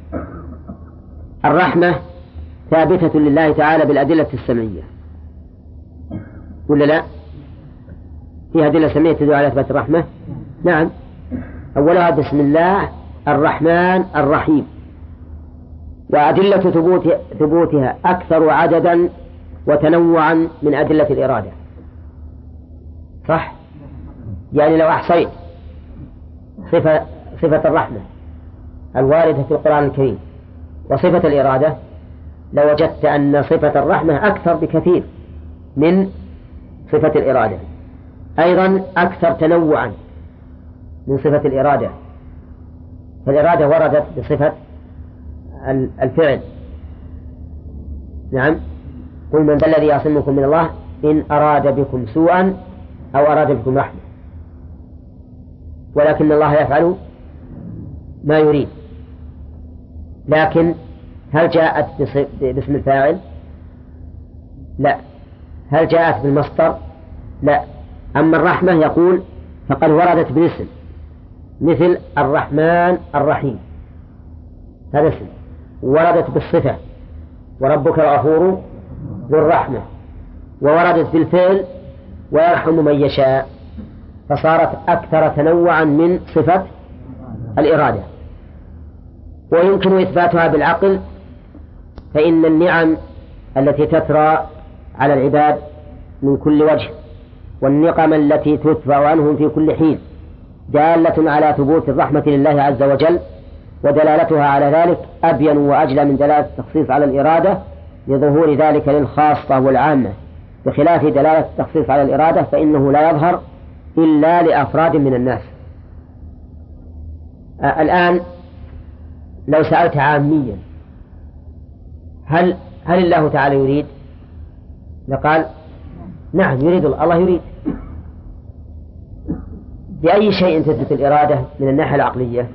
الرحمة ثابتة لله تعالى بالأدلة السمعية ولا لا؟ فيها أدلة سمعية تدل على إثبات الرحمة؟ نعم. أولها بسم الله الرحمن الرحيم، وأدلة ثبوت ثبوتها أكثر عددا وتنوعا من أدلة الإرادة. صح؟ يعني لو أحصيت صفة صفة الرحمة الواردة في القرآن الكريم وصفة الإرادة لوجدت أن صفة الرحمة أكثر بكثير من صفة الإرادة، أيضا أكثر تنوعا من صفة الإرادة. فالإرادة وردت بصفة الفعل. نعم. قل من ذا الذي يعصمكم من الله إن أراد بكم سوءا أو أراد بكم رحمة، ولكن الله يفعل ما يريد. لكن هل جاءت باسم الفاعل؟ لا. هل جاءت بالمصدر؟ لا. أما الرحمة يقول فقد وردت باسم، مثل الرحمن الرحيم، هذا اسم. وردت بالصفة وربك الغفور ذو الرحمة، ووردت بالفعل ويرحم من يشاء، فصارت أكثر تنوعا من صفة الإرادة. ويمكن إثباتها بالعقل، فإن النعم التي تترى على العباد من كل وجه والنقم التي تدفع عنهم في كل حين دالة على ثبوت الرحمة لله عز وجل، ودلالتها على ذلك أبين وأجلى من دلالة التخصيص على الإرادة لظهور ذلك للخاصة والعامة، بخلاف دلالة التخصيص على الإرادة فإنه لا يظهر إلا لأفراد من الناس. آه الآن لو سألت عاميا هل هل الله تعالى يريد؟ لقال نعم يريد الله يريد. بأي شيء تثبت الإرادة من الناحية العقلية؟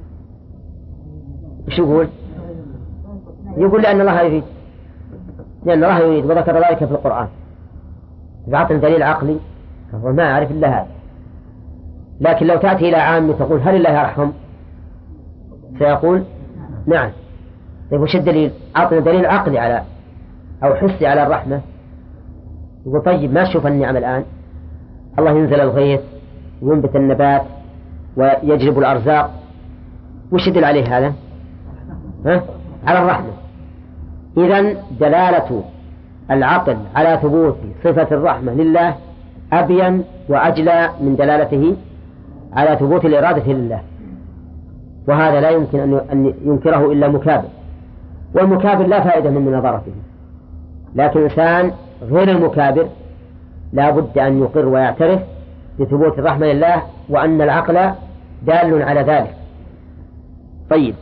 وش يقول؟ يقول لأن الله يريد، لأن الله يريد وذكر ذلك في القرآن. فأعطنا دليل عقلي فهو ما أعرف إلا هذا. لكن لو تأتي إلى عام تقول هل الله يرحم؟ سيقول نعم. طيب وش الدليل؟ أعطنا دليل عقلي على أو حسي على الرحمة. يقول طيب ما تشوف النعم الآن؟ الله ينزل الغيث وينبت النبات ويجلب الأرزاق، وش يدل عليه هذا؟ ها؟ على الرحمة. إذن دلالة العقل على ثبوت صفة الرحمة لله أبين وأجلى من دلالته على ثبوت الإرادة لله، وهذا لا يمكن أن ينكره إلا مكابر، والمكابر لا فائدة من مناظرته. لكن إنسان غير المكابر لا بد أن يقر ويعترف بثبوت الرحمة لله وأن العقل دال على ذلك. طيب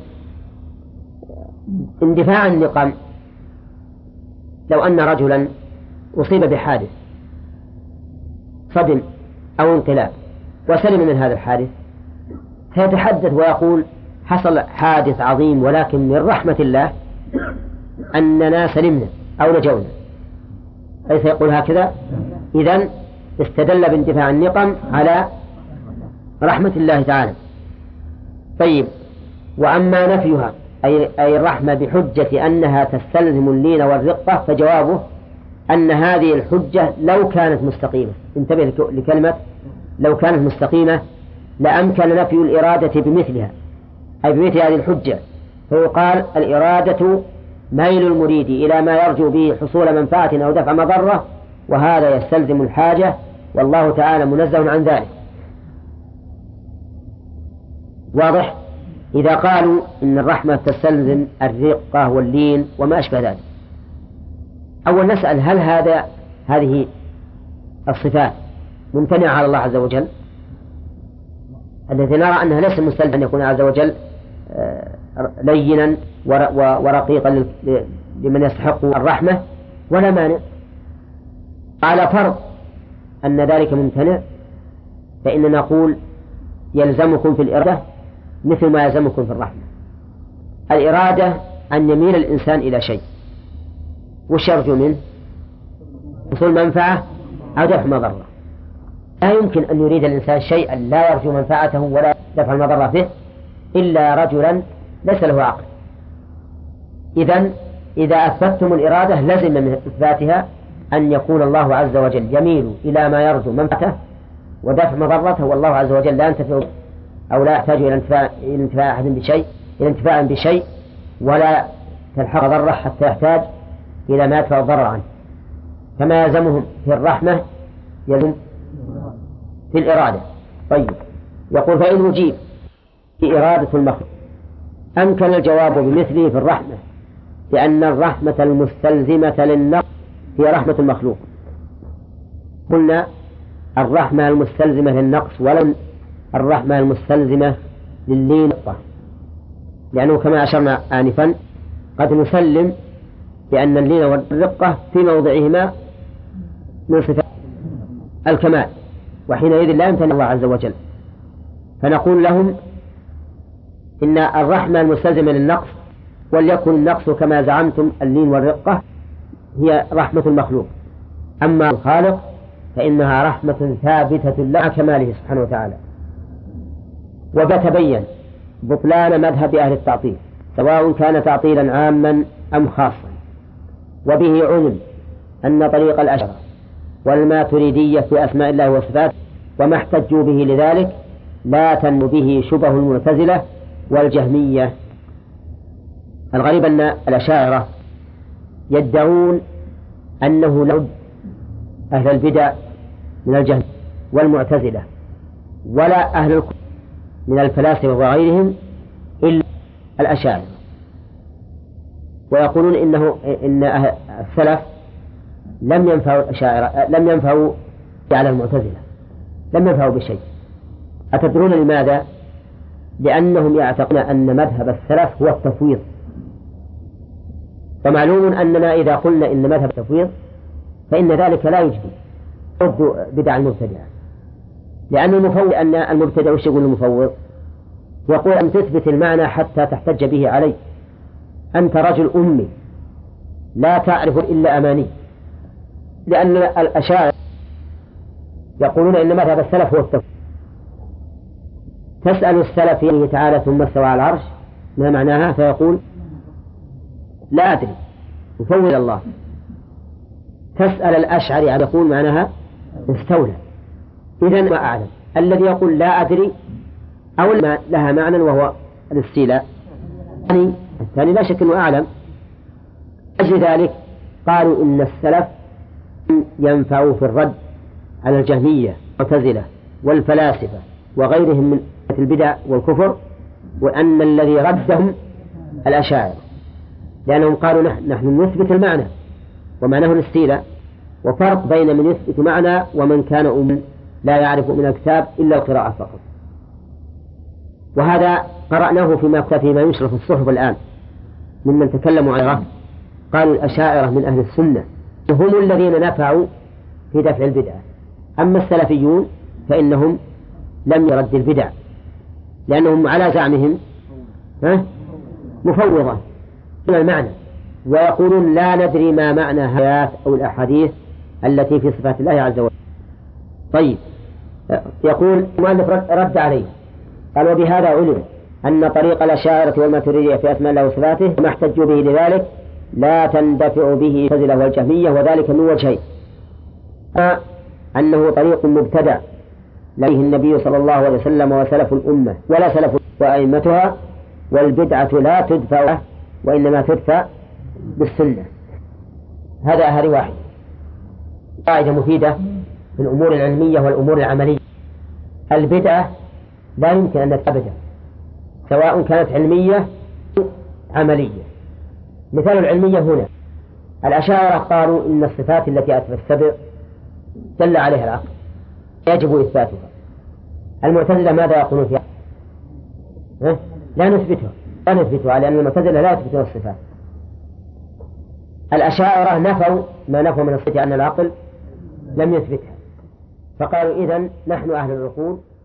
اندفاع النقم، لو أن رجلا أصيب بحادث صدم أو انقلاب وسلم من هذا الحادث، سيتحدث ويقول حصل حادث عظيم ولكن من رحمة الله أننا سلمنا أو نجونا، أليس يقول هكذا؟ إذن استدل باندفاع النقم على رحمة الله تعالى. طيب، وأما نفيها أي, أي الرحمة بحجة أنها تستلزم اللين والرقة، فجوابه أن هذه الحجة لو كانت مستقيمة، انتبه لكلمة لو كانت مستقيمة لأمكن نفي الإرادة بمثلها، أي بمثل هذه الحجة، فيقال الإرادة ميل المريد إلى ما يرجو به حصول منفعة أو دفع مضرة، وهذا يستلزم الحاجة، والله تعالى منزه عن ذلك. واضح؟ إذا قالوا إن الرحمة تستلزم الرقة واللين وما أشبه ذلك، أول نسأل هل هذا هذه الصفات ممتنعة على الله عز وجل؟ الذي نرى أنها ليس مستلزم أن يكون عز وجل لينا ورقيقا لمن يستحق الرحمة، ولا مانع. على فرض أن ذلك ممتنع، فإننا نقول يلزمكم في الإرادة مثل ما يلزمكم في الرحمة. الإرادة أن يميل الإنسان إلى شيء، وش يرجو منه؟ حصول منفعة أو دفع مضرة. لا يمكن أن يريد الإنسان شيئا لا يرجو منفعته ولا دفع المضرة به إلا رجلا ليس له عقل. إذن إذا أثبتم الإرادة لزم من إثباتها أن يكون الله عز وجل يميل إلى ما يرجو منفعته ودفع مضرته، والله عز وجل لا ينتفع أو لا يحتاج إلى انتفاع إلى انتفاع أحد بشيء إلى انتفاع بشيء ولا تلحق ضره حتى يحتاج إلى ما يدفع الضرر عنه، كما يلزمهم في الرحمة يلزم في الإرادة. طيب، يقول فإن أجيب في إرادة المخلوق أمكن الجواب بمثله في الرحمة، لأن الرحمة المستلزمة للنقص هي رحمة المخلوق. قلنا الرحمة المستلزمة للنقص ولن الرحمة المستلزمة لللين، لأنه كما أشرنا آنفا قد نسلم بأن اللين والرقة في موضعهما من صفات الكمال، وحينئذ لا يمتنع الله عز وجل، فنقول لهم إن الرحمة المستلزمة للنقص، وليكن النقص كما زعمتم اللين والرقة هي رحمة المخلوق، أما الخالق فإنها رحمة ثابتة مع كماله سبحانه وتعالى. وبتبين بطلان مذهب أهل التعطيل سواء كان تعطيلا عاما أم خاصا، وبه علم أن طريق الأشاعرة والماتريدية في أسماء الله وصفاته وما احتجوا به لذلك لا تن به شبه المعتزلة والجهمية. الغريب أن الأشاعرة يدعون أنه لعب أهل البدع من الجهم والمعتزلة ولا أهل الكفر من الفلاسفة وغيرهم إلا الأشاعرة، ويقولون إنه إن السلف لم ينفعوا الأشاعرة لم ينفعوا على المعتزلة، لم ينفعوا بشيء. أتدرون لماذا؟ لأنهم يعتقدون أن مذهب السلف هو التفويض، ومعلوم أننا إذا قلنا إن مذهب التفويض فإن ذلك لا يجدي ضد بدع المبتدعة، لأن المفوض أن المبتدع وش يقول المفوض؟ يقول أن تثبت المعنى حتى تحتج به عليه، أنت رجل أمي لا تعرف إلا أماني، لأن الأشاعرة يقولون إن مذهب السلف هو التفويض. تسأل السلف فيه تعالى ثم استوى على العرش ما معناها؟ فيقول لا أدري، يفوض الله. تسأل الأشعري يقول معناها استولى. إذن ما أعلم الذي يقول لا أدري أو لها معنى وهو الاستيلاء، يعني الثاني لا شك أنه أعلم. أجل ذلك قالوا إن السلف ينفعوا في الرد على الجهمية والمعتزلة والفلاسفة وغيرهم من البدع والكفر، وأن الذي ردهم الأشاعرة، لأنهم قالوا نحن, نحن نثبت المعنى ومعناه الاستيلاء، وفرق بين من يثبت معنى ومن كان أم لا يعرف من الكتاب إلا القراءة فقط. وهذا قرأناه فيما فيما ينشر في الصحف الآن ممن تكلموا عن رفض، قالوا الأشاعرة من أهل السنة هم الذين نفعوا في دفع البدع، أما السلفيون فإنهم لم يرد البدع، لأنهم على زعمهم ها؟ مفوضة من المعنى، ويقولون لا ندري ما معنى هذه أو الأحاديث التي في صفات الله عز وجل. طيب، يقول المؤلف رد عليه قال: وبهذا علم أن طريق الأشاعرة والماتريدية في أسماء الله وصفاته وما احتجوا به لذلك لا تندفع به المعتزلة والجهمية، وذلك من وجهين: أنه طريق مبتدع لديه النبي صلى الله عليه وسلم وسلف الأمة ولا سلف وأئمتها، والبدعة لا تدفع وإنما تدفع بالسنة. هذا هذه واحد قاعدة مفيدة في الأمور العلمية والأمور العملية. البدعة لا يمكن أن تبدأ سواء كانت علمية أو عملية. مثال العلمية هنا: الأشاعرة قالوا إن الصفات التي أتت السبع دل عليها العقل يجب إثباتها. المعتزلة ماذا يقولون فيها؟ ها؟ لا نثبتها لا نثبتها لأن المعتزلة لا يثبتون الصفات. الأشاعرة نفوا ما نفوا من الصفات أن العقل لم يثبتها، فقالوا إذن نحن أهل العقول